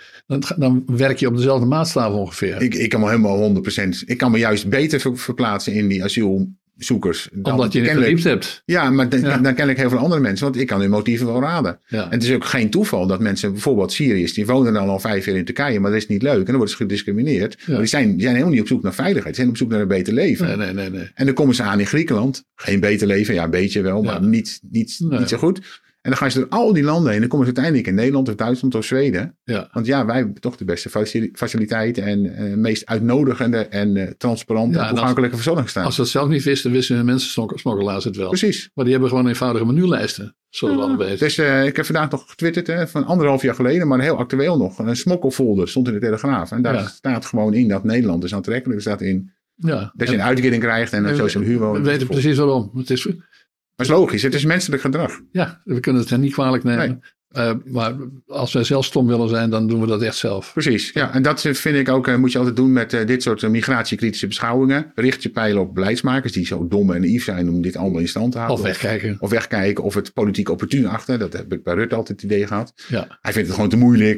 S1: dan werk je op dezelfde maatstaf ongeveer.
S2: Ik kan me helemaal 100%. Ik kan me juist beter verplaatsen in die asielzoekers.
S1: Omdat je het verdiept hebt.
S2: Ja, maar dan ken ik heel veel andere mensen. Want ik kan hun motieven wel raden. Ja. En het is ook geen toeval dat mensen, bijvoorbeeld Syriërs, die wonen dan al 5 jaar in Turkije, maar dat is niet leuk. En dan worden ze gediscrimineerd. Ja. Maar die zijn helemaal niet op zoek naar veiligheid. Die zijn op zoek naar een beter leven.
S1: Nee.
S2: En dan komen ze aan in Griekenland. Geen beter leven, ja, een beetje wel, maar niet zo goed. En dan gaan ze door al die landen heen. En dan komen ze uiteindelijk in Nederland of Duitsland of Zweden. Ja. Want wij hebben toch de beste faciliteiten en meest uitnodigende en transparante en toegankelijke verzorgingsstaat.
S1: Als ze het zelf niet wisten hun mensensmokkelaars het wel.
S2: Precies.
S1: Maar die hebben gewoon eenvoudige menulijsten. Zullen we al weten.
S2: Dus ik heb vandaag nog getwitterd van 1,5 jaar geleden, maar heel actueel nog. Een smokkelfolder stond in de Telegraaf. En daar staat gewoon in dat Nederland is aantrekkelijk. Er staat in dat je een uitkering krijgt en een sociale huur woont.
S1: We weten precies waarom. Het is...
S2: Maar het is logisch, het is menselijk gedrag.
S1: Ja, we kunnen het hen niet kwalijk nemen. Nee. Maar als wij zelf stom willen zijn, dan doen we dat echt zelf.
S2: Precies, ja. En dat vind ik ook, moet je altijd doen met dit soort migratiekritische beschouwingen. Richt je pijlen op beleidsmakers die zo dom en naïef zijn om dit allemaal in stand te houden.
S1: Of wegkijken.
S2: Of het politiek opportun achter. Dat heb ik bij Rutte altijd het idee gehad.
S1: Ja.
S2: Hij vindt het gewoon te moeilijk.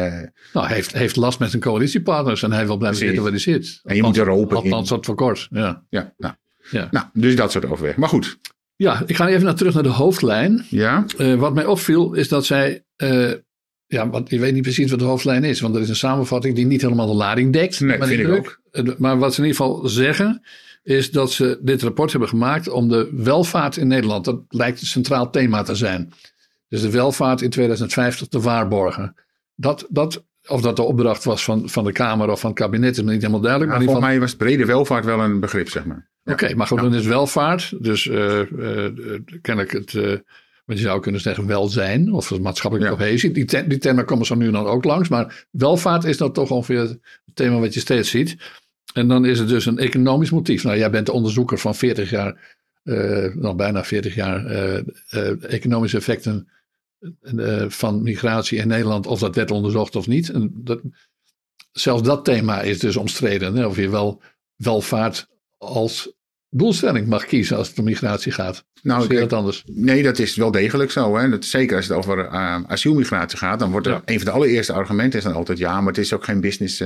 S1: Hij heeft last met zijn coalitiepartners en hij wil blijven zitten waar hij zit.
S2: En je moet er open in.
S1: Althans, wat voor kort. Ja.
S2: Nou, dus dat soort overwegingen. Maar goed.
S1: Ja, ik ga even terug naar de hoofdlijn.
S2: Ja.
S1: Wat mij opviel is dat zij... want je weet niet precies wat de hoofdlijn is. Want er is een samenvatting die niet helemaal de lading dekt.
S2: Nee, vind ik ook.
S1: Maar wat ze in ieder geval zeggen... is dat ze dit rapport hebben gemaakt om de welvaart in Nederland... dat lijkt een centraal thema te zijn. Dus de welvaart in 2050 te waarborgen. Of dat de opdracht was van de Kamer of van het kabinet... is me niet helemaal duidelijk.
S2: Maar volgens mij was brede welvaart wel een begrip, zeg maar.
S1: Ja. Oké, maar goed, dan is welvaart. Dus kennelijk het... wat je zou kunnen zeggen welzijn of maatschappelijke cohesie. Die termen komen zo nu en dan ook langs. Maar welvaart is dat toch ongeveer het thema wat je steeds ziet. En dan is het dus een economisch motief. Nou, jij bent de onderzoeker van 40 jaar, bijna 40 jaar, economische effecten van migratie in Nederland. Of dat werd onderzocht of niet. En zelfs dat thema is dus omstreden. Hè? Of je wel welvaart als doelstelling mag kiezen als het om migratie gaat. Nou, zie je dat anders?
S2: Nee, dat is wel degelijk zo. Hè? Zeker als het over asielmigratie gaat, dan wordt er een van de allereerste argumenten is dan altijd maar het is ook geen business,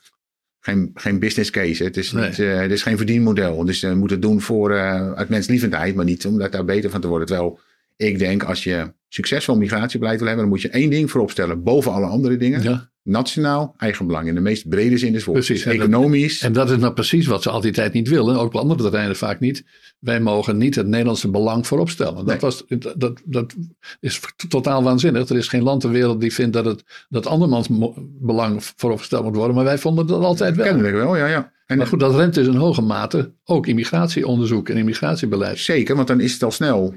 S2: geen business case. Het is geen verdienmodel. Dus we moeten het doen uit menslievendheid, maar niet om daar beter van te worden. Terwijl ik denk, als je succesvol migratiebeleid wil hebben, dan moet je één ding voorop stellen boven alle andere dingen. Ja. Nationaal eigenbelang in de meest brede zin des woords. Precies. Economisch.
S1: En dat is nou precies wat ze altijd tijd niet willen. Ook op andere terreinen vaak niet. Wij mogen niet het Nederlandse belang voorop stellen. Nee. Dat is totaal waanzinnig. Er is geen land ter wereld die vindt dat andermans belang voorop gesteld moet worden. Maar wij vonden dat altijd wel.
S2: Kennelijk wel, ja.
S1: Maar goed, dat remt dus in hoge mate ook immigratieonderzoek en immigratiebeleid.
S2: Zeker, want dan is het al snel.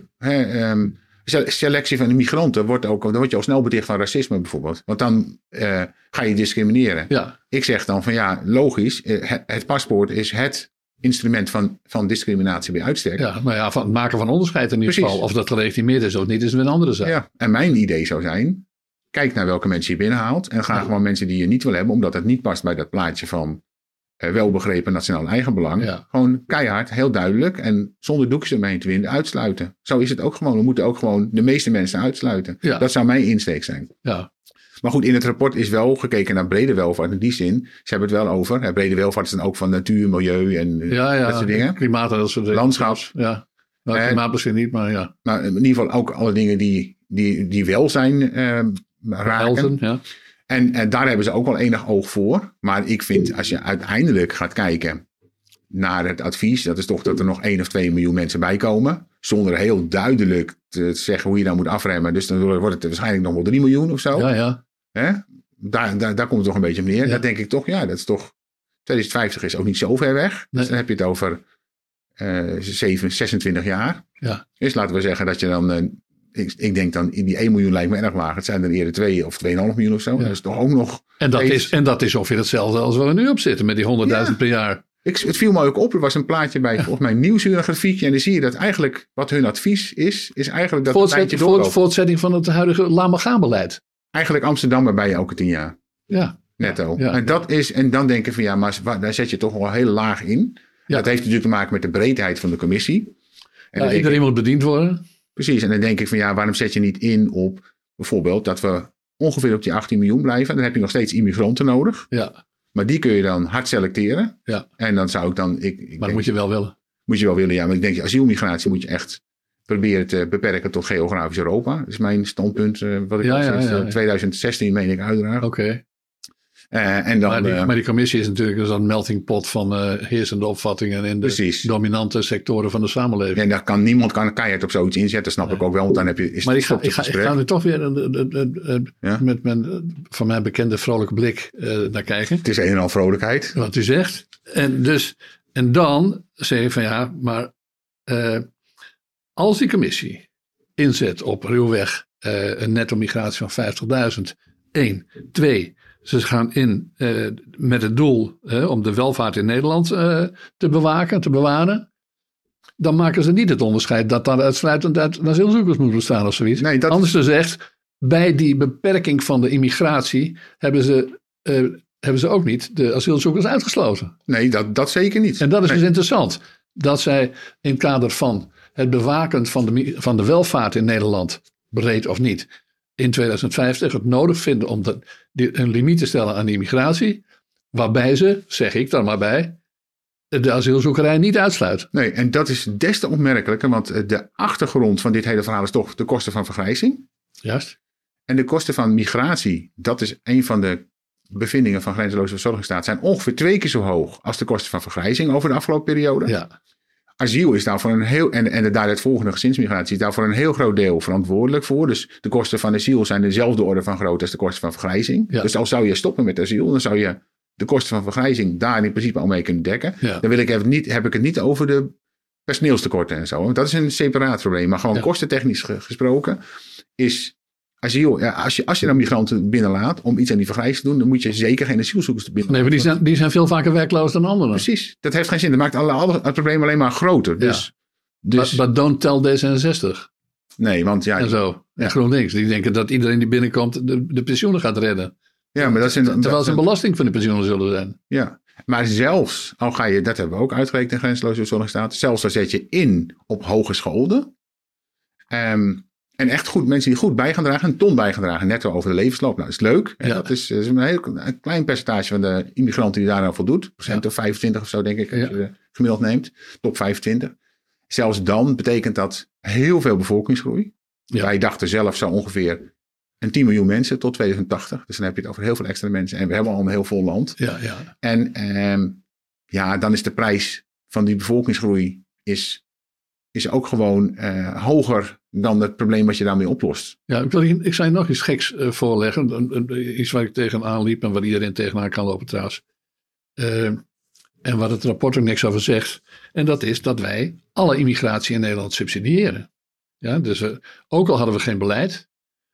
S2: Selectie van immigranten dan word je al snel beticht van racisme bijvoorbeeld. Want dan ga je discrimineren. Ja. Ik zeg dan van logisch, het paspoort is het instrument van discriminatie bij uitstek.
S1: Ja, maar ja, van het maken van onderscheid in ieder geval. Of dat gelegitimeerd is of niet, is weer een andere zaak.
S2: Ja, en mijn idee zou zijn, kijk naar welke mensen je binnenhaalt. En ga gewoon mensen die je niet wil hebben, omdat het niet past bij dat plaatje van welbegrepen nationaal eigenbelang. Ja. Gewoon keihard, heel duidelijk en zonder doekjes ermee te winden uitsluiten. Zo is het ook gewoon. We moeten ook gewoon de meeste mensen uitsluiten. Ja. Dat zou mijn insteek zijn. Ja. Maar goed, in het rapport is wel gekeken naar brede welvaart. In die zin, ze hebben het wel over. Brede welvaart is dan ook van natuur, milieu en dat soort dingen.
S1: Klimaat en dat soort dingen.
S2: Landschap.
S1: Ja. Nou, klimaat misschien niet, maar ja.
S2: Nou, in ieder geval ook alle dingen die welzijn raken. Helden, ja. En daar hebben ze ook wel enig oog voor. Maar ik vind, als je uiteindelijk gaat kijken naar het advies, dat is toch dat er nog 1 of 2 miljoen mensen bij komen. Zonder heel duidelijk te zeggen hoe je dan moet afremmen. Dus dan wordt het waarschijnlijk nog wel 3 miljoen of zo.
S1: Ja.
S2: Daar komt het toch een beetje op neer. Ja. Dan denk ik toch, dat is toch 2050 is ook niet zo ver weg. Dus dan heb je het over 26 jaar. Ja. Dus laten we zeggen dat je dan... Ik denk dan, in die 1 miljoen lijkt me erg laag. Het zijn er eerder 2 of 2,5 miljoen of zo. Ja. Dat is toch ook nog...
S1: En dat is ongeveer hetzelfde als waar we nu op zitten. Met die 100.000 per jaar.
S2: Het viel me ook op. Er was een plaatje bij, volgens mij, Nieuwsuur, een grafiekje. En dan zie je dat eigenlijk, wat hun advies is eigenlijk dat
S1: voortzetting van het huidige laat-maar-gaan-beleid.
S2: Eigenlijk Amsterdam erbij elke 10 jaar. Ja. Netto. Ja. En dan denk ik van maar daar zet je toch wel heel laag in. Ja. Dat heeft natuurlijk te maken met de breedheid van de commissie.
S1: En iedereen moet bediend worden.
S2: Precies, en dan denk ik van waarom zet je niet in op bijvoorbeeld dat we ongeveer op die 18 miljoen blijven. Dan heb je nog steeds immigranten nodig. Ja. Maar die kun je dan hard selecteren. Ja. En dan zou ik dan...
S1: Maar dat moet je wel willen.
S2: Moet je wel willen, ja. Maar ik denk, asielmigratie moet je echt proberen te beperken tot geografisch Europa. Dat is mijn standpunt. Wat ik sinds 2016 meen ik uiteraard.
S1: Oké. Maar die commissie is natuurlijk een melting pot van heersende opvattingen in de dominante sectoren van de samenleving.
S2: En niemand kan keihard op zoiets inzetten, snap ik ook wel. Want dan heb je.
S1: Maar ik ga nu toch weer met mijn van mijn bekende vrolijke blik naar kijken.
S2: Het is een en al vrolijkheid.
S1: Wat u zegt. En dan zeg je van maar als die commissie inzet op ruwweg een netto migratie van 50.000. 1, 2. Ze gaan in met het doel om de welvaart in Nederland te bewaken, te bewaren. Dan maken ze niet het onderscheid dat dan uitsluitend uit asielzoekers moet bestaan of zoiets. Nee, Anders gezegd, bij die beperking van de immigratie hebben ze ook niet de asielzoekers uitgesloten.
S2: Nee, dat zeker niet.
S1: En dat is dus interessant. Dat zij in het kader van het bewaken van de welvaart in Nederland, breed of niet, in 2050 het nodig vinden om een limiet te stellen aan de immigratie. Waarbij ze, zeg ik dan maar bij, de asielzoekerij niet uitsluit.
S2: Nee, en dat is des te opmerkelijker, want de achtergrond van dit hele verhaal is toch de kosten van vergrijzing.
S1: Juist.
S2: En de kosten van migratie, dat is een van de bevindingen van Grenzeloze Verzorgingsstaat, zijn ongeveer 2 keer zo hoog als de kosten van vergrijzing over de afgelopen periode.
S1: Ja.
S2: Asiel is daarvoor en de daaruit volgende gezinsmigratie is daarvoor een heel groot deel verantwoordelijk voor. Dus de kosten van asiel zijn dezelfde orde van grootte als de kosten van vergrijzing. Ja. Dus als zou je stoppen met asiel, dan zou je de kosten van vergrijzing daar in principe al mee kunnen dekken. Ja. Dan heb ik het niet over de personeelstekorten en zo. Want dat is een separaat probleem. Maar gewoon kostentechnisch gesproken is asiel. Ja, als je dan migranten binnenlaat om iets aan die vergrijzing te doen, dan moet je zeker geen asielzoekers binnenlaten.
S1: Nee, maar die zijn veel vaker werkloos dan anderen.
S2: Precies. Dat heeft geen zin. Dat maakt het probleem alleen maar groter. Dus,
S1: but don't tell D66.
S2: Nee, want ja.
S1: En zo. En GroenLinks. Die denken dat iedereen die binnenkomt de pensioenen gaat redden.
S2: Ja, maar
S1: terwijl ze een belasting van de pensioenen zullen zijn.
S2: Ja, maar zelfs al ga je, dat hebben we ook uitgerekend in Grenzeloze Verzorgingsstaat, zelfs al zet je in op hogeschoolden. En echt goed, mensen die goed bij gaan dragen, een ton bij gaan dragen, netto over de levensloop. Nou, dat is leuk. Ja. Dat is een klein percentage van de immigranten die daar aan voldoet. Procent of 25 of zo, denk ik, als je gemiddeld neemt. Top 25. Zelfs dan betekent dat heel veel bevolkingsgroei. Ja. Wij dachten zelf zo ongeveer een 10 miljoen mensen tot 2080. Dus dan heb je het over heel veel extra mensen. En we hebben al een heel vol land.
S1: Ja, ja.
S2: En dan is de prijs van die bevolkingsgroei is ook gewoon hoger dan het probleem wat je daarmee oplost.
S1: Ja, ik zou je nog iets geks voorleggen. Iets waar ik tegenaan liep en waar iedereen tegenaan kan lopen trouwens. En waar het rapport ook niks over zegt. En dat is dat wij alle immigratie in Nederland subsidiëren. Ja, dus ook al hadden we geen beleid.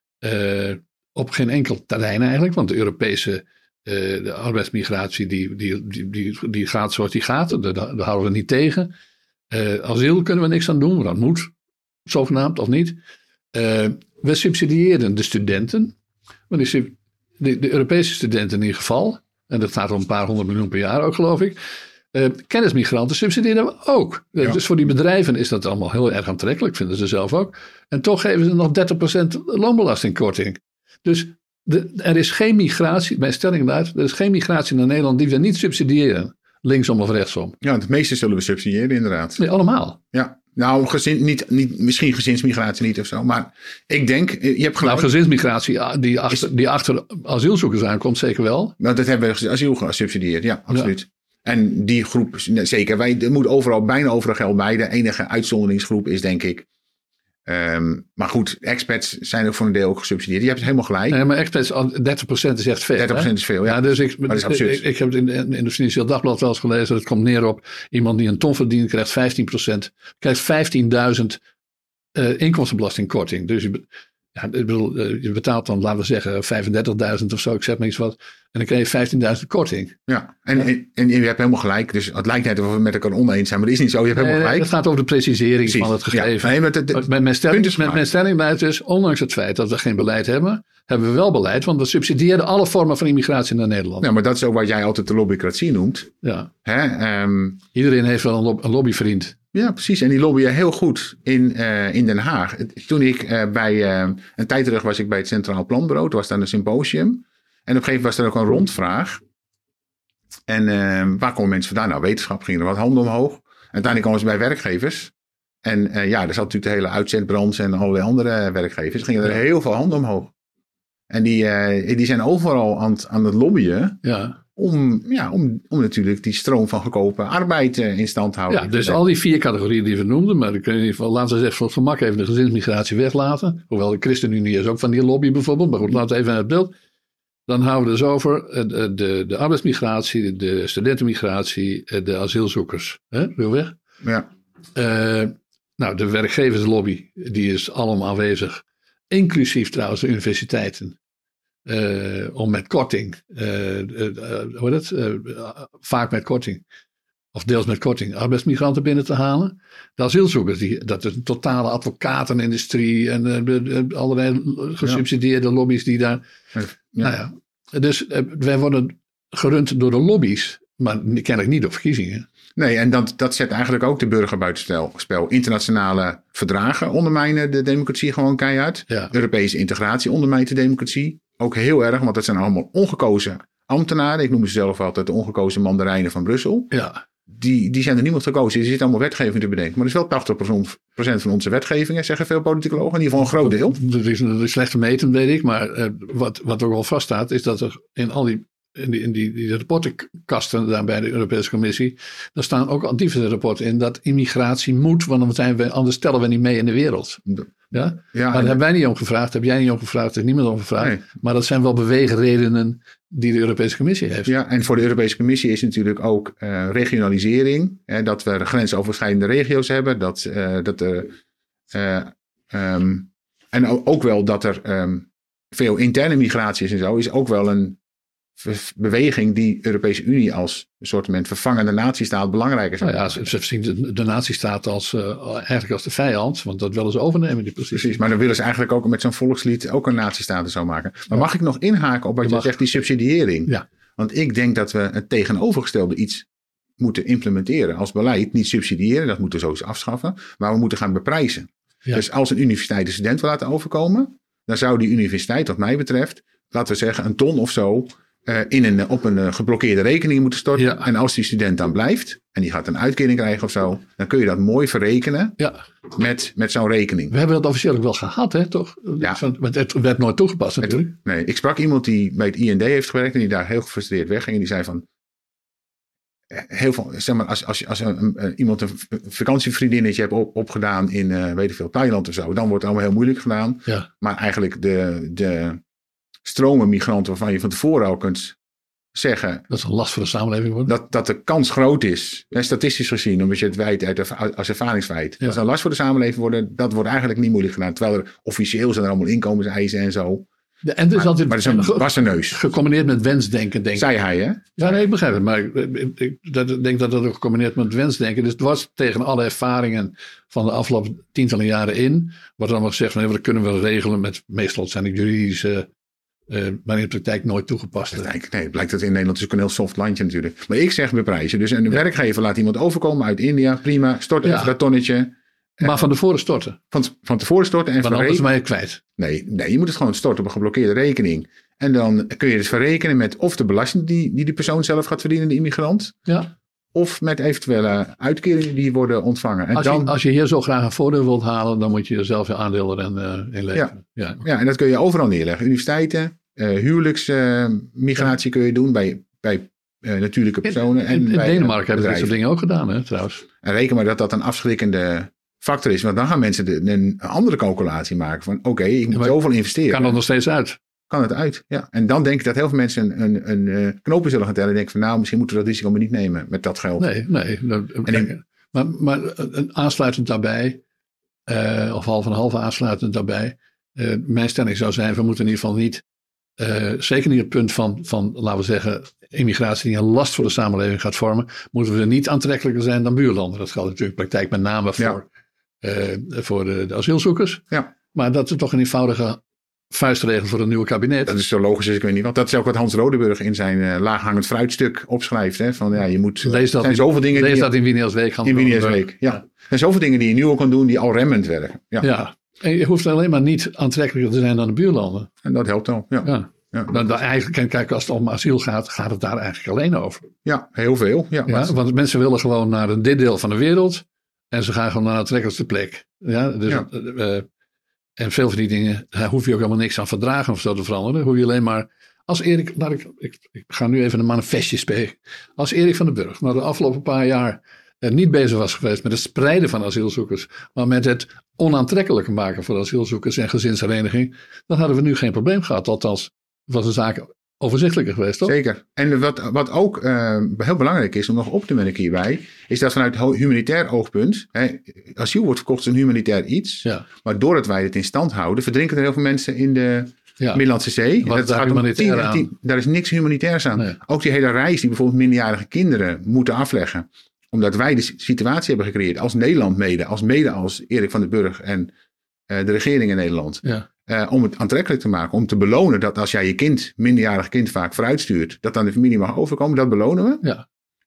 S1: Op geen enkel terrein eigenlijk. Want de Europese de arbeidsmigratie die gaat zoals die gaat. Daar houden we niet tegen. Asiel kunnen we niks aan doen. Dat moet zogenaamd of niet. We subsidiëren de studenten. De Europese studenten in ieder geval. En dat gaat om een paar 100 miljoen per jaar ook, geloof ik. Kennismigranten subsidiëren we ook. Ja. Dus voor die bedrijven is dat allemaal heel erg aantrekkelijk, vinden ze zelf ook. En toch geven ze nog 30% loonbelastingkorting. Dus er is geen migratie, mijn stelling luidt, er is geen migratie naar Nederland die we niet subsidiëren. Linksom of rechtsom.
S2: Ja, het meeste zullen we subsidiëren inderdaad.
S1: Nee, allemaal.
S2: Ja. Nou, misschien gezinsmigratie niet of zo. Maar ik denk, je hebt gelijk.
S1: Nou, gezinsmigratie die achter asielzoekers aankomt, zeker wel.
S2: Nou, dat hebben we asiel gesubsidieerd, ja, absoluut. Ja. En die groep, zeker. Er moet bijna overal geld bij. De enige uitzonderingsgroep is, denk ik. Maar goed, expats zijn ook voor een deel ook gesubsidieerd. Je hebt het helemaal gelijk.
S1: Nee, maar expats, 30% is echt veel.
S2: 30% is veel, ja.
S1: Dus ik heb het in het Financieel Dagblad wel eens gelezen. Dat komt neer op iemand die een ton verdient, krijgt 15%. Krijgt 15.000 inkomstenbelastingkorting. Dus je betaalt dan, laten we zeggen, 35.000 of zo. Ik zeg maar iets wat. En dan krijg je 15.000 korting.
S2: Ja, en je hebt helemaal gelijk. Dus het lijkt net of we met elkaar oneens zijn. Maar dat is niet zo. Je hebt helemaal gelijk.
S1: Het gaat over de precisering van het gegeven. Ja, nee, mijn stelling blijft dus, ondanks het feit dat we geen beleid hebben, hebben we wel beleid. Want we subsidiëren alle vormen van immigratie naar Nederland.
S2: Ja, maar dat is ook wat jij altijd de lobbycratie noemt.
S1: Ja. Iedereen heeft wel een lobbyvriend.
S2: Ja, precies. En die lobbyen heel goed in Den Haag. Toen ik een tijd terug was ik bij het Centraal Planbureau. Toen was daar een symposium. En op een gegeven moment was er ook een rondvraag. En waar komen mensen vandaan? Nou, wetenschap gingen er wat handen omhoog. En uiteindelijk komen ze bij werkgevers. En er zat natuurlijk de hele uitzendbranche en allerlei andere werkgevers. Gingen er heel veel handen omhoog. En die zijn overal aan het lobbyen.
S1: Ja.
S2: Om natuurlijk die stroom van goedkope arbeid in stand te houden.
S1: Ja, dus al die 4 categorieën die we noemden. Maar dan kun je in ieder geval, laten we zeggen, voor het gemak even de gezinsmigratie weglaten. Hoewel de ChristenUnie is ook van die lobby bijvoorbeeld. Maar goed, laten we even naar het beeld. Dan houden we dus over de arbeidsmigratie, de studentenmigratie, de asielzoekers. Ruwweg.
S2: Ja.
S1: Nou, de werkgeverslobby, die is allemaal aanwezig. Inclusief trouwens de universiteiten. Om met korting, vaak met korting, of deels met korting, arbeidsmigranten binnen te halen. De asielzoekers, dat is een totale advocatenindustrie en allerlei gesubsidieerde lobby's die daar. Ja. Nou ja, dus wij worden gerund door de lobby's, maar kennelijk niet door verkiezingen.
S2: Nee, en dat zet eigenlijk ook de burger buitenspel. Internationale verdragen ondermijnen de democratie gewoon keihard. Ja. Europese integratie ondermijnt de democratie. Ook heel erg, want dat zijn allemaal ongekozen ambtenaren. Ik noem ze zelf altijd de ongekozen mandarijnen van Brussel.
S1: Ja.
S2: die zijn er niemand gekozen. Die zitten allemaal wetgeving te bedenken. Maar dat is wel 80% van onze wetgevingen, zeggen veel politicologen. In ieder geval een groot deel.
S1: Dat is slecht te meten, weet ik. Maar wat ook wel vaststaat, is dat er in al die rapportenkasten daar bij de Europese Commissie, daar staan ook al diverse rapporten in dat immigratie moet, want anders stellen we niet mee in de wereld. Ja? Maar daar hebben wij niet om gevraagd, heb jij niet om gevraagd, heeft niemand om gevraagd. Nee. Maar dat zijn wel beweegredenen die de Europese Commissie heeft.
S2: Ja, en voor de Europese Commissie is natuurlijk ook regionalisering. Dat we grensoverschrijdende regio's hebben. En ook wel dat er veel interne migratie is en zo, is ook wel een beweging die de Europese Unie als een soort vervangende natiestaat belangrijker is.
S1: Nou ja, ze zien de natiestaat eigenlijk als de vijand, want dat willen ze overnemen. Die positie.
S2: Precies, maar dan willen ze eigenlijk ook met zo'n volkslied ook een natiestaat zo maken. Maar mag ik nog inhaken op wat je zegt, die subsidiëring? Ja. Want ik denk dat we het tegenovergestelde iets moeten implementeren als beleid. Niet subsidiëren, dat moeten we sowieso afschaffen, maar we moeten gaan beprijzen. Ja. Dus als een universiteit de student wil laten overkomen, dan zou die universiteit, wat mij betreft, laten we zeggen, een ton of zo op een geblokkeerde rekening moeten storten. Ja. En als die student dan blijft en die gaat een uitkering krijgen of zo, dan kun je dat mooi verrekenen met zo'n rekening.
S1: We hebben dat officieel ook wel gehad, hè, toch? Ja. Het werd nooit toegepast natuurlijk.
S2: Nee, ik sprak iemand die bij het IND heeft gewerkt en die daar heel gefrustreerd wegging. En die zei van, heel veel, zeg maar, als iemand een vakantievriendinnetje hebt opgedaan in, weet ik veel, Thailand of zo, dan wordt het allemaal heel moeilijk gedaan. Ja. Maar eigenlijk de stromen migranten waarvan je van tevoren al kunt zeggen,
S1: dat is een last voor de samenleving wordt.
S2: Dat de kans groot is, statistisch gezien, omdat je het weet als ervaringsfeit. Ja. Dat ze een last voor de samenleving worden, dat wordt eigenlijk niet moeilijk gedaan. Terwijl er officieel zijn er allemaal inkomenseisen en zo.
S1: Ja, en dus maar
S2: het is een wassen neus.
S1: Gecombineerd met wensdenken, denk ik.
S2: Zei hij, hè?
S1: Ja, nee, ik begrijp het. Maar ik denk dat ook gecombineerd met wensdenken. Dus het was tegen alle ervaringen van de afgelopen tientallen jaren in. Wordt er allemaal gezegd van, dat kunnen we regelen met, meestal zijn het juridische, maar in de praktijk nooit toegepast.
S2: Nee, het blijkt dat in Nederland is ook een heel soft landje natuurlijk. Maar ik zeg beprijzen. Dus een werkgever laat iemand overkomen uit India. Prima, stort even dat tonnetje.
S1: Maar van tevoren storten.
S2: Van tevoren storten. En
S1: want anders ben je kwijt.
S2: Nee, je moet het gewoon storten op een geblokkeerde rekening. En dan kun je het verrekenen met of de belasting die de persoon zelf gaat verdienen, de immigrant. Ja. Of met eventuele uitkeringen die worden ontvangen. En
S1: als je hier zo graag een voordeel wilt halen, dan moet je zelf je aandeel erin inleveren.
S2: Ja, en dat kun je overal neerleggen. Universiteiten, huwelijksmigratie kun je doen bij natuurlijke personen.
S1: In Denemarken hebben ze dit soort dingen ook gedaan, hè, trouwens.
S2: En reken maar dat een afschrikkende factor is. Want dan gaan mensen een andere calculatie maken van oké, ik moet zoveel investeren.
S1: Kan dat nog steeds uit?
S2: Kan het uit, ja. En dan denk ik dat heel veel mensen een knoopje zullen gaan tellen en denken van nou, misschien moeten we dat risico maar niet nemen met dat geld.
S1: Nee. Maar aansluitend daarbij, of half aansluitend daarbij, mijn stelling zou zijn, we moeten in ieder geval niet, zeker niet het punt van, laten we zeggen, immigratie die een last voor de samenleving gaat vormen, moeten we er niet aantrekkelijker zijn dan buurlanden. Dat geldt natuurlijk in de praktijk met name voor de asielzoekers. Ja. Maar dat is toch een eenvoudige vuistregel voor een nieuwe kabinet.
S2: Dat is zo logisch als ik weet niet wat. Dat is ook wat Hans Rodeburg in zijn laaghangend fruitstuk opschrijft. Hè? Van ja, je moet.
S1: Lees dat in Wieneers Week.
S2: In Wieneers Week, ja. Er zijn zoveel dingen die je nu al kan doen die al remmend werken. Ja.
S1: En je hoeft alleen maar niet aantrekkelijker te zijn dan de buurlanden.
S2: En dat helpt al. Ja.
S1: Dan eigenlijk, kijk, als het om asiel gaat het daar eigenlijk alleen over.
S2: Ja, heel veel. Ja,
S1: want mensen willen gewoon naar dit deel van de wereld. En ze gaan gewoon naar de aantrekkelijkste plek. Ja, dus, en veel van die dingen, daar hoef je ook helemaal niks aan verdragen of zo te veranderen. Hoef je alleen maar, als Erik, ik ga nu even een manifestje spelen. Als Erik van den Burg de afgelopen paar jaar niet bezig was geweest met het spreiden van asielzoekers, maar met het onaantrekkelijker maken voor asielzoekers en gezinshereniging, dan hadden we nu geen probleem gehad. Althans, was de zaak overzichtelijker geweest, toch?
S2: Zeker. En wat ook heel belangrijk is om nog op te merken hierbij, is dat vanuit humanitair oogpunt, asiel wordt verkocht als een humanitair iets, maar doordat wij het in stand houden, verdrinken er heel veel mensen in de Middellandse Zee. Daar is niks humanitairs aan. Nee. Ook die hele reis die bijvoorbeeld minderjarige kinderen moeten afleggen, omdat wij de situatie hebben gecreëerd als Nederland mede als Erik van den Burg en de regering in Nederland. Ja. Om het aantrekkelijk te maken, om te belonen dat als jij je minderjarig kind vaak vooruitstuurt, dat dan de familie mag overkomen, dat belonen we. Ja.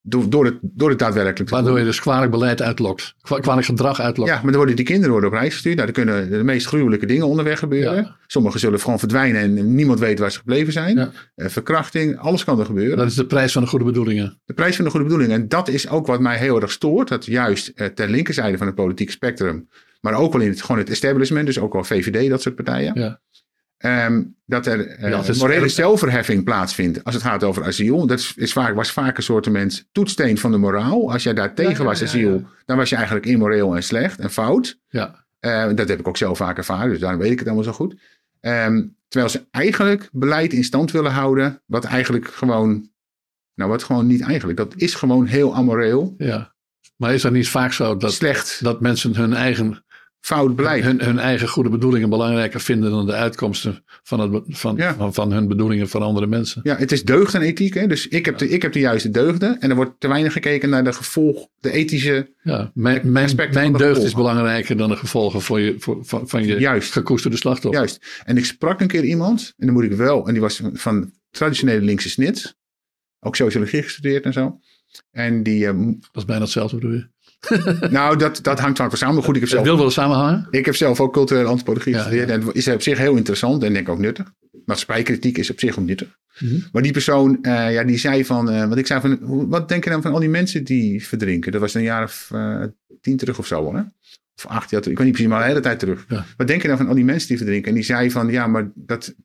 S2: door het daadwerkelijk te
S1: Waardoor je dus kwalijk beleid uitlokt. Kwalijk gedrag uitlokt.
S2: Ja, maar dan worden die kinderen op reis gestuurd. Nou, er kunnen de meest gruwelijke dingen onderweg gebeuren. Ja. Sommigen zullen gewoon verdwijnen en niemand weet waar ze gebleven zijn. Ja. Verkrachting, alles kan er gebeuren.
S1: Dat is de prijs van de goede bedoelingen.
S2: De prijs van de goede bedoelingen. En dat is ook wat mij heel erg stoort. Dat juist ter linkerzijde van het politieke spectrum, maar ook wel in het establishment, dus ook wel VVD, dat soort partijen. Ja. Dat er morele zelfverheffing plaatsvindt als het gaat over asiel. Dat was vaak een soort toetssteen van de moraal. Als jij daar tegen was asiel, dan was je eigenlijk immoreel en slecht en fout. Ja. Dat heb ik ook zelf vaak ervaren, dus daarom weet ik het allemaal zo goed. Terwijl ze eigenlijk beleid in stand willen houden, wat eigenlijk gewoon, niet eigenlijk, dat is gewoon heel amoreel. Ja.
S1: Maar is dat niet vaak zo dat mensen hun eigen
S2: fout beleid.
S1: Hun eigen goede bedoelingen belangrijker vinden dan de uitkomsten van hun bedoelingen van andere mensen?
S2: Ja, het is deugd en ethiek. Hè? Dus ik heb de juiste deugden. En er wordt te weinig gekeken naar de ethische
S1: aspecten. Mijn deugd is belangrijker dan de gevolgen van je gekoesterde slachtoffer.
S2: Juist. En ik sprak een keer iemand, en dan moet ik wel, en die was van traditionele linkse snit. Ook sociologie gestudeerd en zo. En die...
S1: dat is bijna hetzelfde, bedoel je?
S2: Nou, dat hangt vaak samen. Goed,
S1: wil wel samenhangen?
S2: Ik heb zelf ook culturele antropologie gestudeerd. En dat is op zich heel interessant en denk ik ook nuttig. Maatschappijkritiek is op zich ook nuttig. Mm-hmm. Maar die persoon, die zei wat denk je dan van al die mensen die verdrinken? Dat was een jaar of 10 terug of zo, hè? Of 8, ik weet niet precies, maar de hele tijd terug. Ja. Wat denk je dan van al die mensen die verdrinken? En die zei van, maar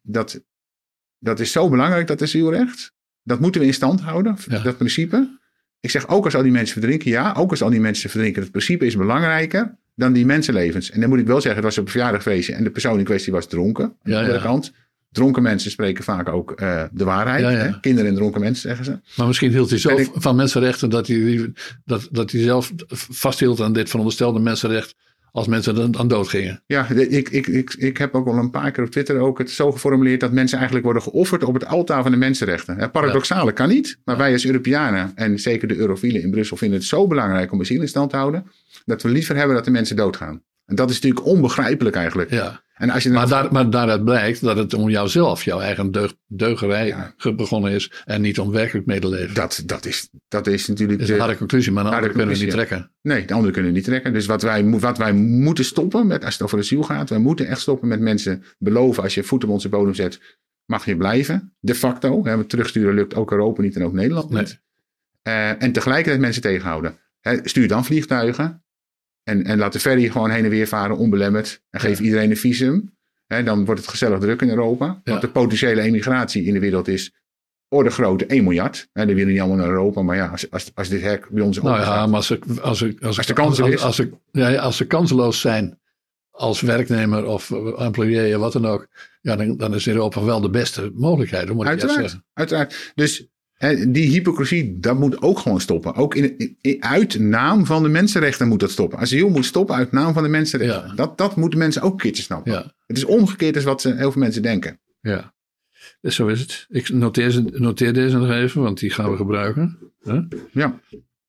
S2: dat is zo belangrijk, dat asielrecht. Dat moeten we in stand houden, dat principe. Ik zeg, ook als al die mensen verdrinken, ook als al die mensen verdrinken, het principe is belangrijker dan die mensenlevens. En dan moet ik wel zeggen, het was op een verjaardagfeestje en de persoon in kwestie was dronken. Aan de andere kant. Dronken mensen spreken vaak ook de waarheid. Ja. Hè? Kinderen en dronken mensen, zeggen ze.
S1: Maar misschien hield hij zo van mensenrechten dat hij zelf vasthield aan dit veronderstelde mensenrecht als mensen dan dood gingen.
S2: Ja, ik heb ook wel een paar keer op Twitter ook het zo geformuleerd dat mensen eigenlijk worden geofferd op het altaar van de mensenrechten. Paradoxale kan niet, maar wij als Europeanen en zeker de Eurofielen in Brussel vinden het zo belangrijk om asiel in stand te houden, dat we liever hebben dat de mensen doodgaan. En dat is natuurlijk onbegrijpelijk eigenlijk.
S1: Ja. En als je maar daaruit blijkt dat het om jouzelf, jouw eigen deugerij begonnen is en niet om werkelijk medeleven.
S2: Dat is natuurlijk...
S1: Dat is een harde conclusie, maar de andere kunnen we niet trekken.
S2: Nee, de andere kunnen we niet trekken. Dus wat wij moeten stoppen, als het over asiel gaat, wij moeten echt stoppen met mensen beloven, als je voet op onze bodem zet, mag je blijven. De facto. Terugsturen lukt ook Europa niet en ook Nederland niet. En tegelijkertijd mensen tegenhouden. Stuur dan vliegtuigen. En laat de ferry gewoon heen en weer varen onbelemmerd. En geef iedereen een visum. Dan wordt het gezellig druk in Europa. Ja. Want de potentiële emigratie in de wereld is orde grootte 1 miljard. Die willen niet allemaal naar Europa. Maar ja, als dit hek bij ons
S1: maar als ze kanseloos zijn als werknemer of employé, wat dan ook. Ja, dan is Europa wel de beste mogelijkheid. Moet ik zeggen.
S2: Uiteraard. Dus die hypocrisie, dat moet ook gewoon stoppen. Ook uit naam van de mensenrechten moet dat stoppen. Asiel moet stoppen uit naam van de mensenrechten. Ja. Dat moeten mensen ook een keertje snappen. Ja. Het is omgekeerd als wat heel veel mensen denken.
S1: Ja, dus zo is het. Ik noteer deze nog even, want die gaan we gebruiken.
S2: Ja.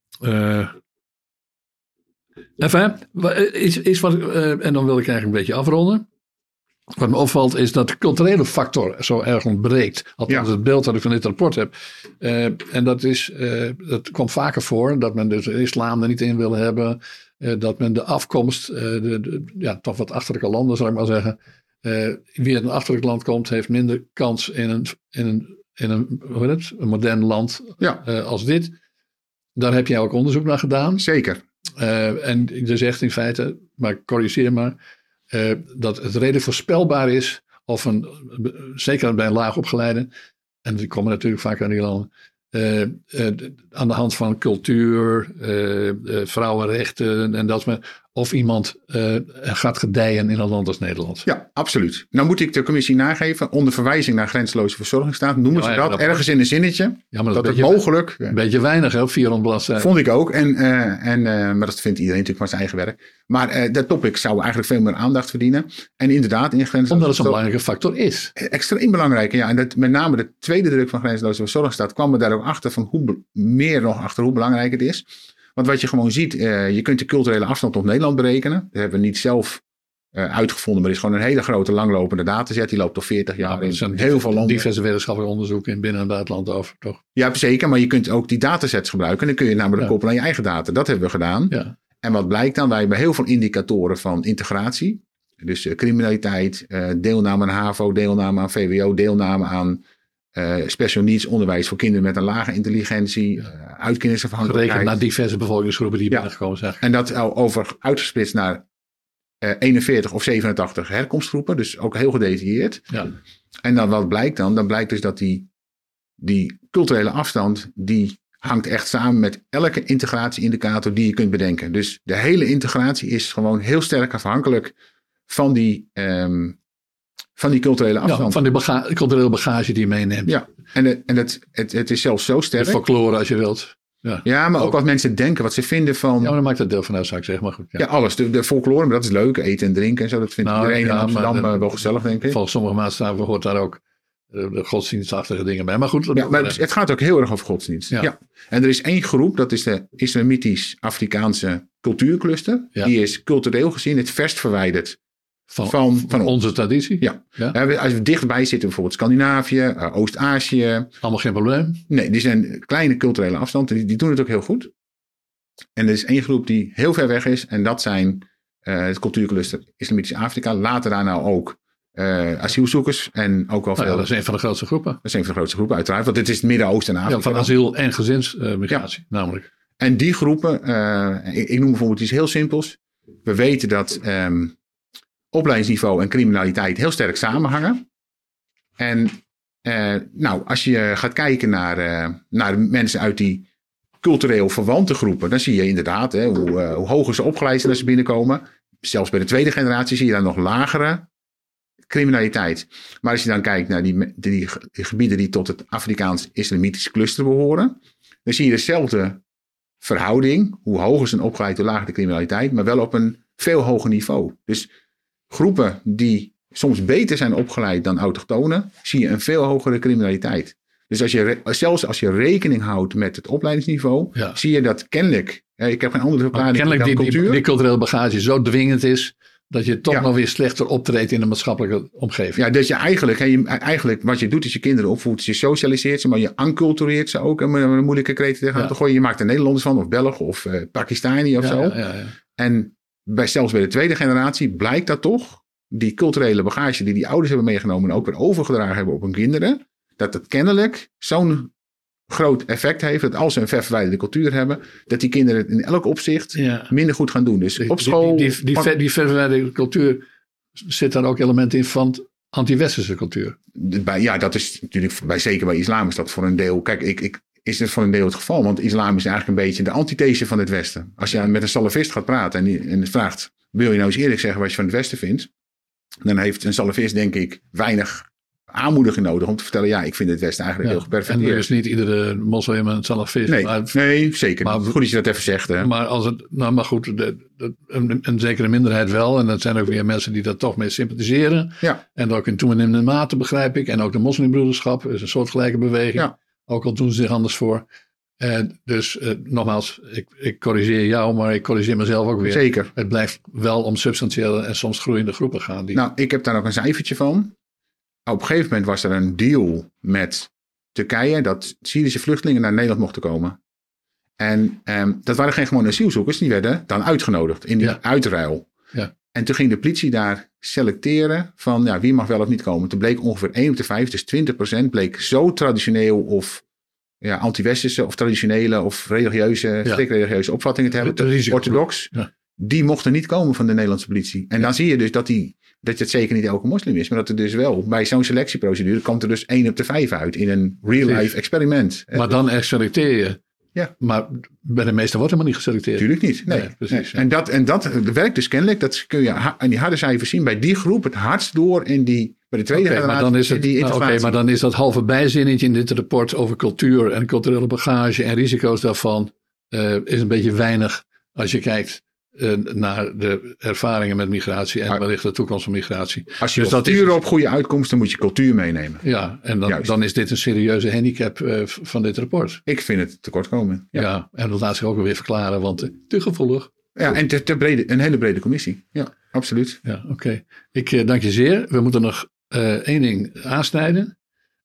S1: Enfin, iets wat, en dan wil ik eigenlijk een beetje afronden. Wat me opvalt is dat de culturele factor zo erg ontbreekt. Althans het beeld dat ik van dit rapport heb. En dat komt vaker voor. Dat men dus de islam er niet in wil hebben. Dat men de afkomst, toch wat achterlijke landen zal ik maar zeggen. Wie uit een achterlijk land komt heeft minder kans in een modern land als dit. Daar heb jij ook onderzoek naar gedaan.
S2: Zeker.
S1: En je zegt in feite, maar corrigeer maar, dat het redelijk voorspelbaar is of zeker bij een laag opgeleide, en die komen natuurlijk vaak uit die landen, aan de hand van cultuur, vrouwenrechten en dat soort, of iemand gaat gedijen in een land als Nederland.
S2: Ja, absoluut. Nou moet ik de commissie nageven, onder verwijzing naar grenzeloze verzorgingsstaat, noemen ze dat ergens in een zinnetje. Ja, maar dat het mogelijk...
S1: Een beetje weinig, hè, 400 bladzijden.
S2: Vond ik ook. Maar dat vindt iedereen natuurlijk van zijn eigen werk. Maar dat topic zou eigenlijk veel meer aandacht verdienen. En inderdaad, in grenzeloze...
S1: Omdat het zo'n belangrijke factor is.
S2: Extreem belangrijk, ja. En dat, met name de tweede druk van grenzeloze verzorgingsstaat kwam er daar ook achter van hoe belangrijk het is. Want wat je gewoon ziet, je kunt de culturele afstand tot Nederland berekenen. Dat hebben we niet zelf uitgevonden. Maar er is gewoon een hele grote langlopende dataset. Die loopt al 40 jaar in heel veel landen.
S1: Diverse wetenschappelijke onderzoeken in binnen- en buitenland over, toch?
S2: Ja, zeker. Maar je kunt ook die datasets gebruiken. En dan kun je namelijk koppelen aan je eigen data. Dat hebben we gedaan.
S1: Ja.
S2: En wat blijkt dan? Wij hebben heel veel indicatoren van integratie. Dus criminaliteit, deelname aan HAVO, deelname aan VWO, deelname aan special needs onderwijs voor kinderen met een lage intelligentie, uitkeringsafhankelijkheid.
S1: Gerekend naar diverse bevolkingsgroepen die binnengekomen zijn.
S2: En dat uitgesplitst naar 41 of 87 herkomstgroepen, dus ook heel gedetailleerd.
S1: Ja.
S2: En dan wat blijkt dan? Dan blijkt dus dat die culturele afstand, die hangt echt samen met elke integratie-indicator die je kunt bedenken. Dus de hele integratie is gewoon heel sterk afhankelijk van die culturele afstand.
S1: Ja, van die culturele bagage die je meeneemt.
S2: Ja, en het is zelfs zo sterk.
S1: De folklore als je wilt.
S2: Ja, maar ook wat mensen denken, wat ze vinden van...
S1: Ja, maar dan maakt dat deel van uit, zou ik zeggen. Maar goed,
S2: ja, alles. De folklore, maar dat is leuk. Eten en drinken en zo. Dat vindt iedereen in Amsterdam wel gezellig, denk ik.
S1: Volgens sommige maatstaven hoort daar ook de godsdienstachtige dingen bij. Maar goed.
S2: Maar het gaat ook heel erg over godsdienst. Ja. En er is één groep, dat is de Islamitisch-Afrikaanse cultuurcluster. Ja. Die is cultureel gezien het verst verwijderd van
S1: onze traditie.
S2: Ja. Als we dichtbij zitten, bijvoorbeeld Scandinavië, Oost-Azië.
S1: Allemaal geen probleem.
S2: Nee, die zijn kleine culturele afstanden. Die doen het ook heel goed. En er is één groep die heel ver weg is. En dat zijn het cultuurcluster Islamitisch Afrika. Later daarna ook asielzoekers. En ook wel veel.
S1: Dat is een van de grootste groepen.
S2: Dat is een van de grootste groepen, uiteraard. Want dit is het Midden-Oosten en Afrika.
S1: Ja, van asiel- en gezinsmigratie, namelijk.
S2: En die groepen, ik noem bijvoorbeeld iets heel simpels. We weten dat opleidingsniveau en criminaliteit heel sterk samenhangen. En als je gaat kijken naar mensen uit die cultureel verwante groepen, dan zie je inderdaad hoe hoger ze opgeleid zijn als ze binnenkomen. Zelfs bij de tweede generatie zie je dan nog lagere criminaliteit. Maar als je dan kijkt naar die gebieden die tot het Afrikaans-Islamitisch cluster behoren, dan zie je dezelfde verhouding. Hoe hoger zijn opgeleid, hoe lager de criminaliteit, maar wel op een veel hoger niveau. Dus groepen die soms beter zijn opgeleid dan autochtonen, zie je een veel hogere criminaliteit. Dus zelfs als je rekening houdt met het opleidingsniveau, zie je dat kennelijk, ik heb geen andere verklaring.
S1: Kennelijk die culturele bagage zo dwingend is, dat je toch nog weer slechter optreedt in de maatschappelijke omgeving. Ja,
S2: dat je eigenlijk wat je doet is je kinderen opvoedt, je socialiseert ze, maar je encultureert ze ook. En met een moeilijke kreten tegenaan te gooien. Je maakt er Nederlanders van, of Belgen, of Pakistani of zo. Ja. En zelfs bij de tweede generatie blijkt dat toch, die culturele bagage die ouders hebben meegenomen en ook weer overgedragen hebben op hun kinderen, dat het kennelijk zo'n groot effect heeft, dat als ze een verwijderde cultuur hebben, dat die kinderen het in elk opzicht minder goed gaan doen. Dus op school...
S1: Die verwijderde cultuur zit daar ook elementen in van anti-westerse cultuur.
S2: Ja, dat is natuurlijk, zeker bij islam is dat voor een deel... Kijk, is het voor een deel het geval, want islam is eigenlijk een beetje de antithese van het Westen. Als je met een salafist gaat praten en vraagt, wil je nou eens eerlijk zeggen wat je van het Westen vindt? Dan heeft een salafist, denk ik, weinig aanmoediging nodig om te vertellen, ik vind het Westen eigenlijk heel geperfecteerd.
S1: En er is niet iedere moslim een salafist.
S2: Nee, zeker. Maar goed dat je dat even zegt. Hè?
S1: Maar maar goed, een zekere minderheid wel. En dat zijn ook weer mensen die daar toch mee sympathiseren.
S2: Ja.
S1: En ook in toenemende mate, begrijp ik. En ook de moslimbroederschap is een soortgelijke beweging. Ja. Ook al doen ze zich anders voor. Dus nogmaals, ik corrigeer jou, maar ik corrigeer mezelf ook weer.
S2: Zeker.
S1: Het blijft wel om substantiële en soms groeiende groepen gaan.
S2: Nou, ik heb daar ook een cijfertje van. Op een gegeven moment was er een deal met Turkije dat Syrische vluchtelingen naar Nederland mochten komen. En dat waren geen gewone asielzoekers, die werden dan uitgenodigd in die uitruil.
S1: Ja.
S2: En toen ging de politie daar selecteren van wie mag wel of niet komen. Toen bleek ongeveer 1 op de 5, dus 20% bleek zo traditioneel of anti-westerse of traditionele of religieuze, strikt religieuze opvattingen te hebben. Orthodox. Ja. Die mochten niet komen van de Nederlandse politie. En dan zie je dus dat het zeker niet elke moslim is. Maar dat er dus wel, bij zo'n selectieprocedure, komt er dus 1 op de 5 uit in een real-life experiment.
S1: Maar dan echt selecteer je.
S2: Ja.
S1: Maar bij de meesten wordt helemaal niet geselecteerd.
S2: Tuurlijk niet. Nee, precies. Nee. En dat werkt dus kennelijk. Dat kun je aan die harde cijfers zien. Bij die groep het hardst door bij de tweede generatie.
S1: Maar dan is het, maar dan is dat halve bijzinnetje in dit rapport over cultuur en culturele bagage en risico's daarvan is een beetje weinig als je kijkt naar de ervaringen met migratie en wellicht de toekomst van migratie.
S2: Als je wilt sturen op goede uitkomsten, moet je cultuur meenemen.
S1: Ja, en dan is dit een serieuze handicap van dit rapport.
S2: Ik vind het tekortkomen.
S1: Ja, en dat laat zich ook weer verklaren, want te gevoelig.
S2: Ja, en een hele brede commissie. Ja, absoluut.
S1: Ja, oké. Ik dank je zeer. We moeten nog 1 ding aansnijden.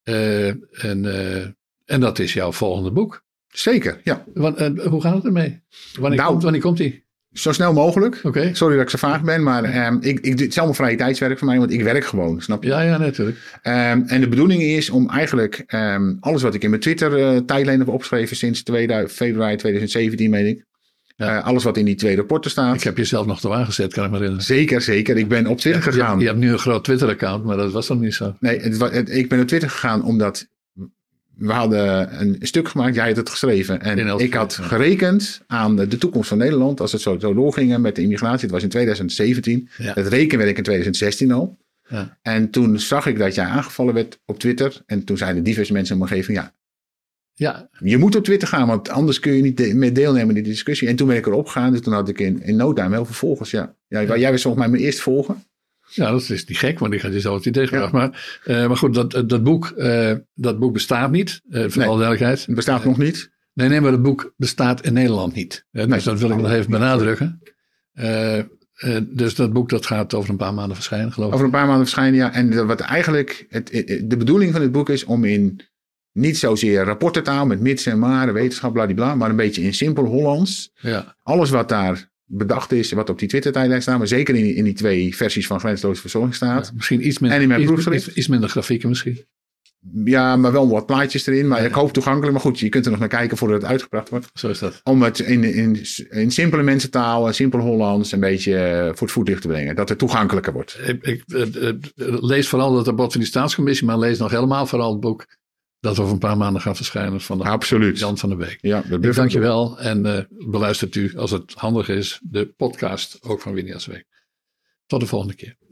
S1: En dat is jouw volgende boek.
S2: Zeker, ja.
S1: Hoe gaat het ermee? Wanneer komt die?
S2: Zo snel mogelijk.
S1: Okay.
S2: Sorry dat ik zo vaag ben, maar het is allemaal vrije tijdswerk voor mij, want ik werk gewoon, snap je?
S1: Ja, natuurlijk.
S2: En de bedoeling is om eigenlijk alles wat ik in mijn Twitter-tijdlijn heb opgeschreven sinds februari 2017, meen ik. Ja. Alles wat in die 2 rapporten staat.
S1: Ik heb jezelf nog te aangezet, kan ik me herinneren.
S2: Zeker. Ik ben op Twitter gegaan.
S1: Je hebt nu een groot Twitter-account, maar dat was dan niet zo.
S2: Nee, ik ben op Twitter gegaan omdat we hadden een stuk gemaakt. Jij had het geschreven. En ik had gerekend aan de toekomst van Nederland. Als het zo doorging met de immigratie. Het was in 2017. Ja. Het rekenwerk in 2016 al. Ja. En toen zag ik dat jij aangevallen werd op Twitter. En toen zeiden diverse mensen in mijn omgeving. Ja, je moet op Twitter gaan. Want anders kun je niet meer deelnemen in die discussie. En toen ben ik erop gegaan. Dus toen had ik in no time heel veel volgers. Ja. Jij was volgens mij mijn eerste volger.
S1: Ja, dat is niet gek, want die gaat je zo het idee gebracht. Ja. Maar goed, dat boek bestaat niet, voor alle duidelijkheid.
S2: Het bestaat nog niet.
S1: Nee, maar het boek bestaat in Nederland niet. Dus dat wil ik nog even benadrukken. Dus dat boek dat gaat over een paar maanden verschijnen, geloof ik.
S2: Over een paar maanden verschijnen, ja. En wat eigenlijk de bedoeling van het boek is om in niet zozeer rapportentaal met mits en maren, wetenschap, bladibla, maar een beetje in simpel Hollands. Ja. Alles wat daar bedacht is, wat op die Twitter-tijdlijn staat, maar zeker in die 2 versies van Grenzeloze Verzorging staat. Ja,
S1: misschien iets minder grafieken misschien.
S2: Ja, maar wel wat plaatjes erin. Maar ik hoop toegankelijk. Maar goed, je kunt er nog naar kijken voordat het uitgebracht wordt.
S1: Zo is dat.
S2: Om het in simpele mensentaal, simpel Hollands, een beetje voor het voetlicht te brengen. Dat het toegankelijker wordt.
S1: Ik lees vooral het rapport van die staatscommissie, maar lees nog helemaal vooral het boek dat over een paar maanden gaat verschijnen van
S2: Absoluut.
S1: Jan van der Beek.
S2: Ja,
S1: ik dank je wel. En beluistert u, als het handig is, de podcast ook van Winnie Week. Tot de volgende keer.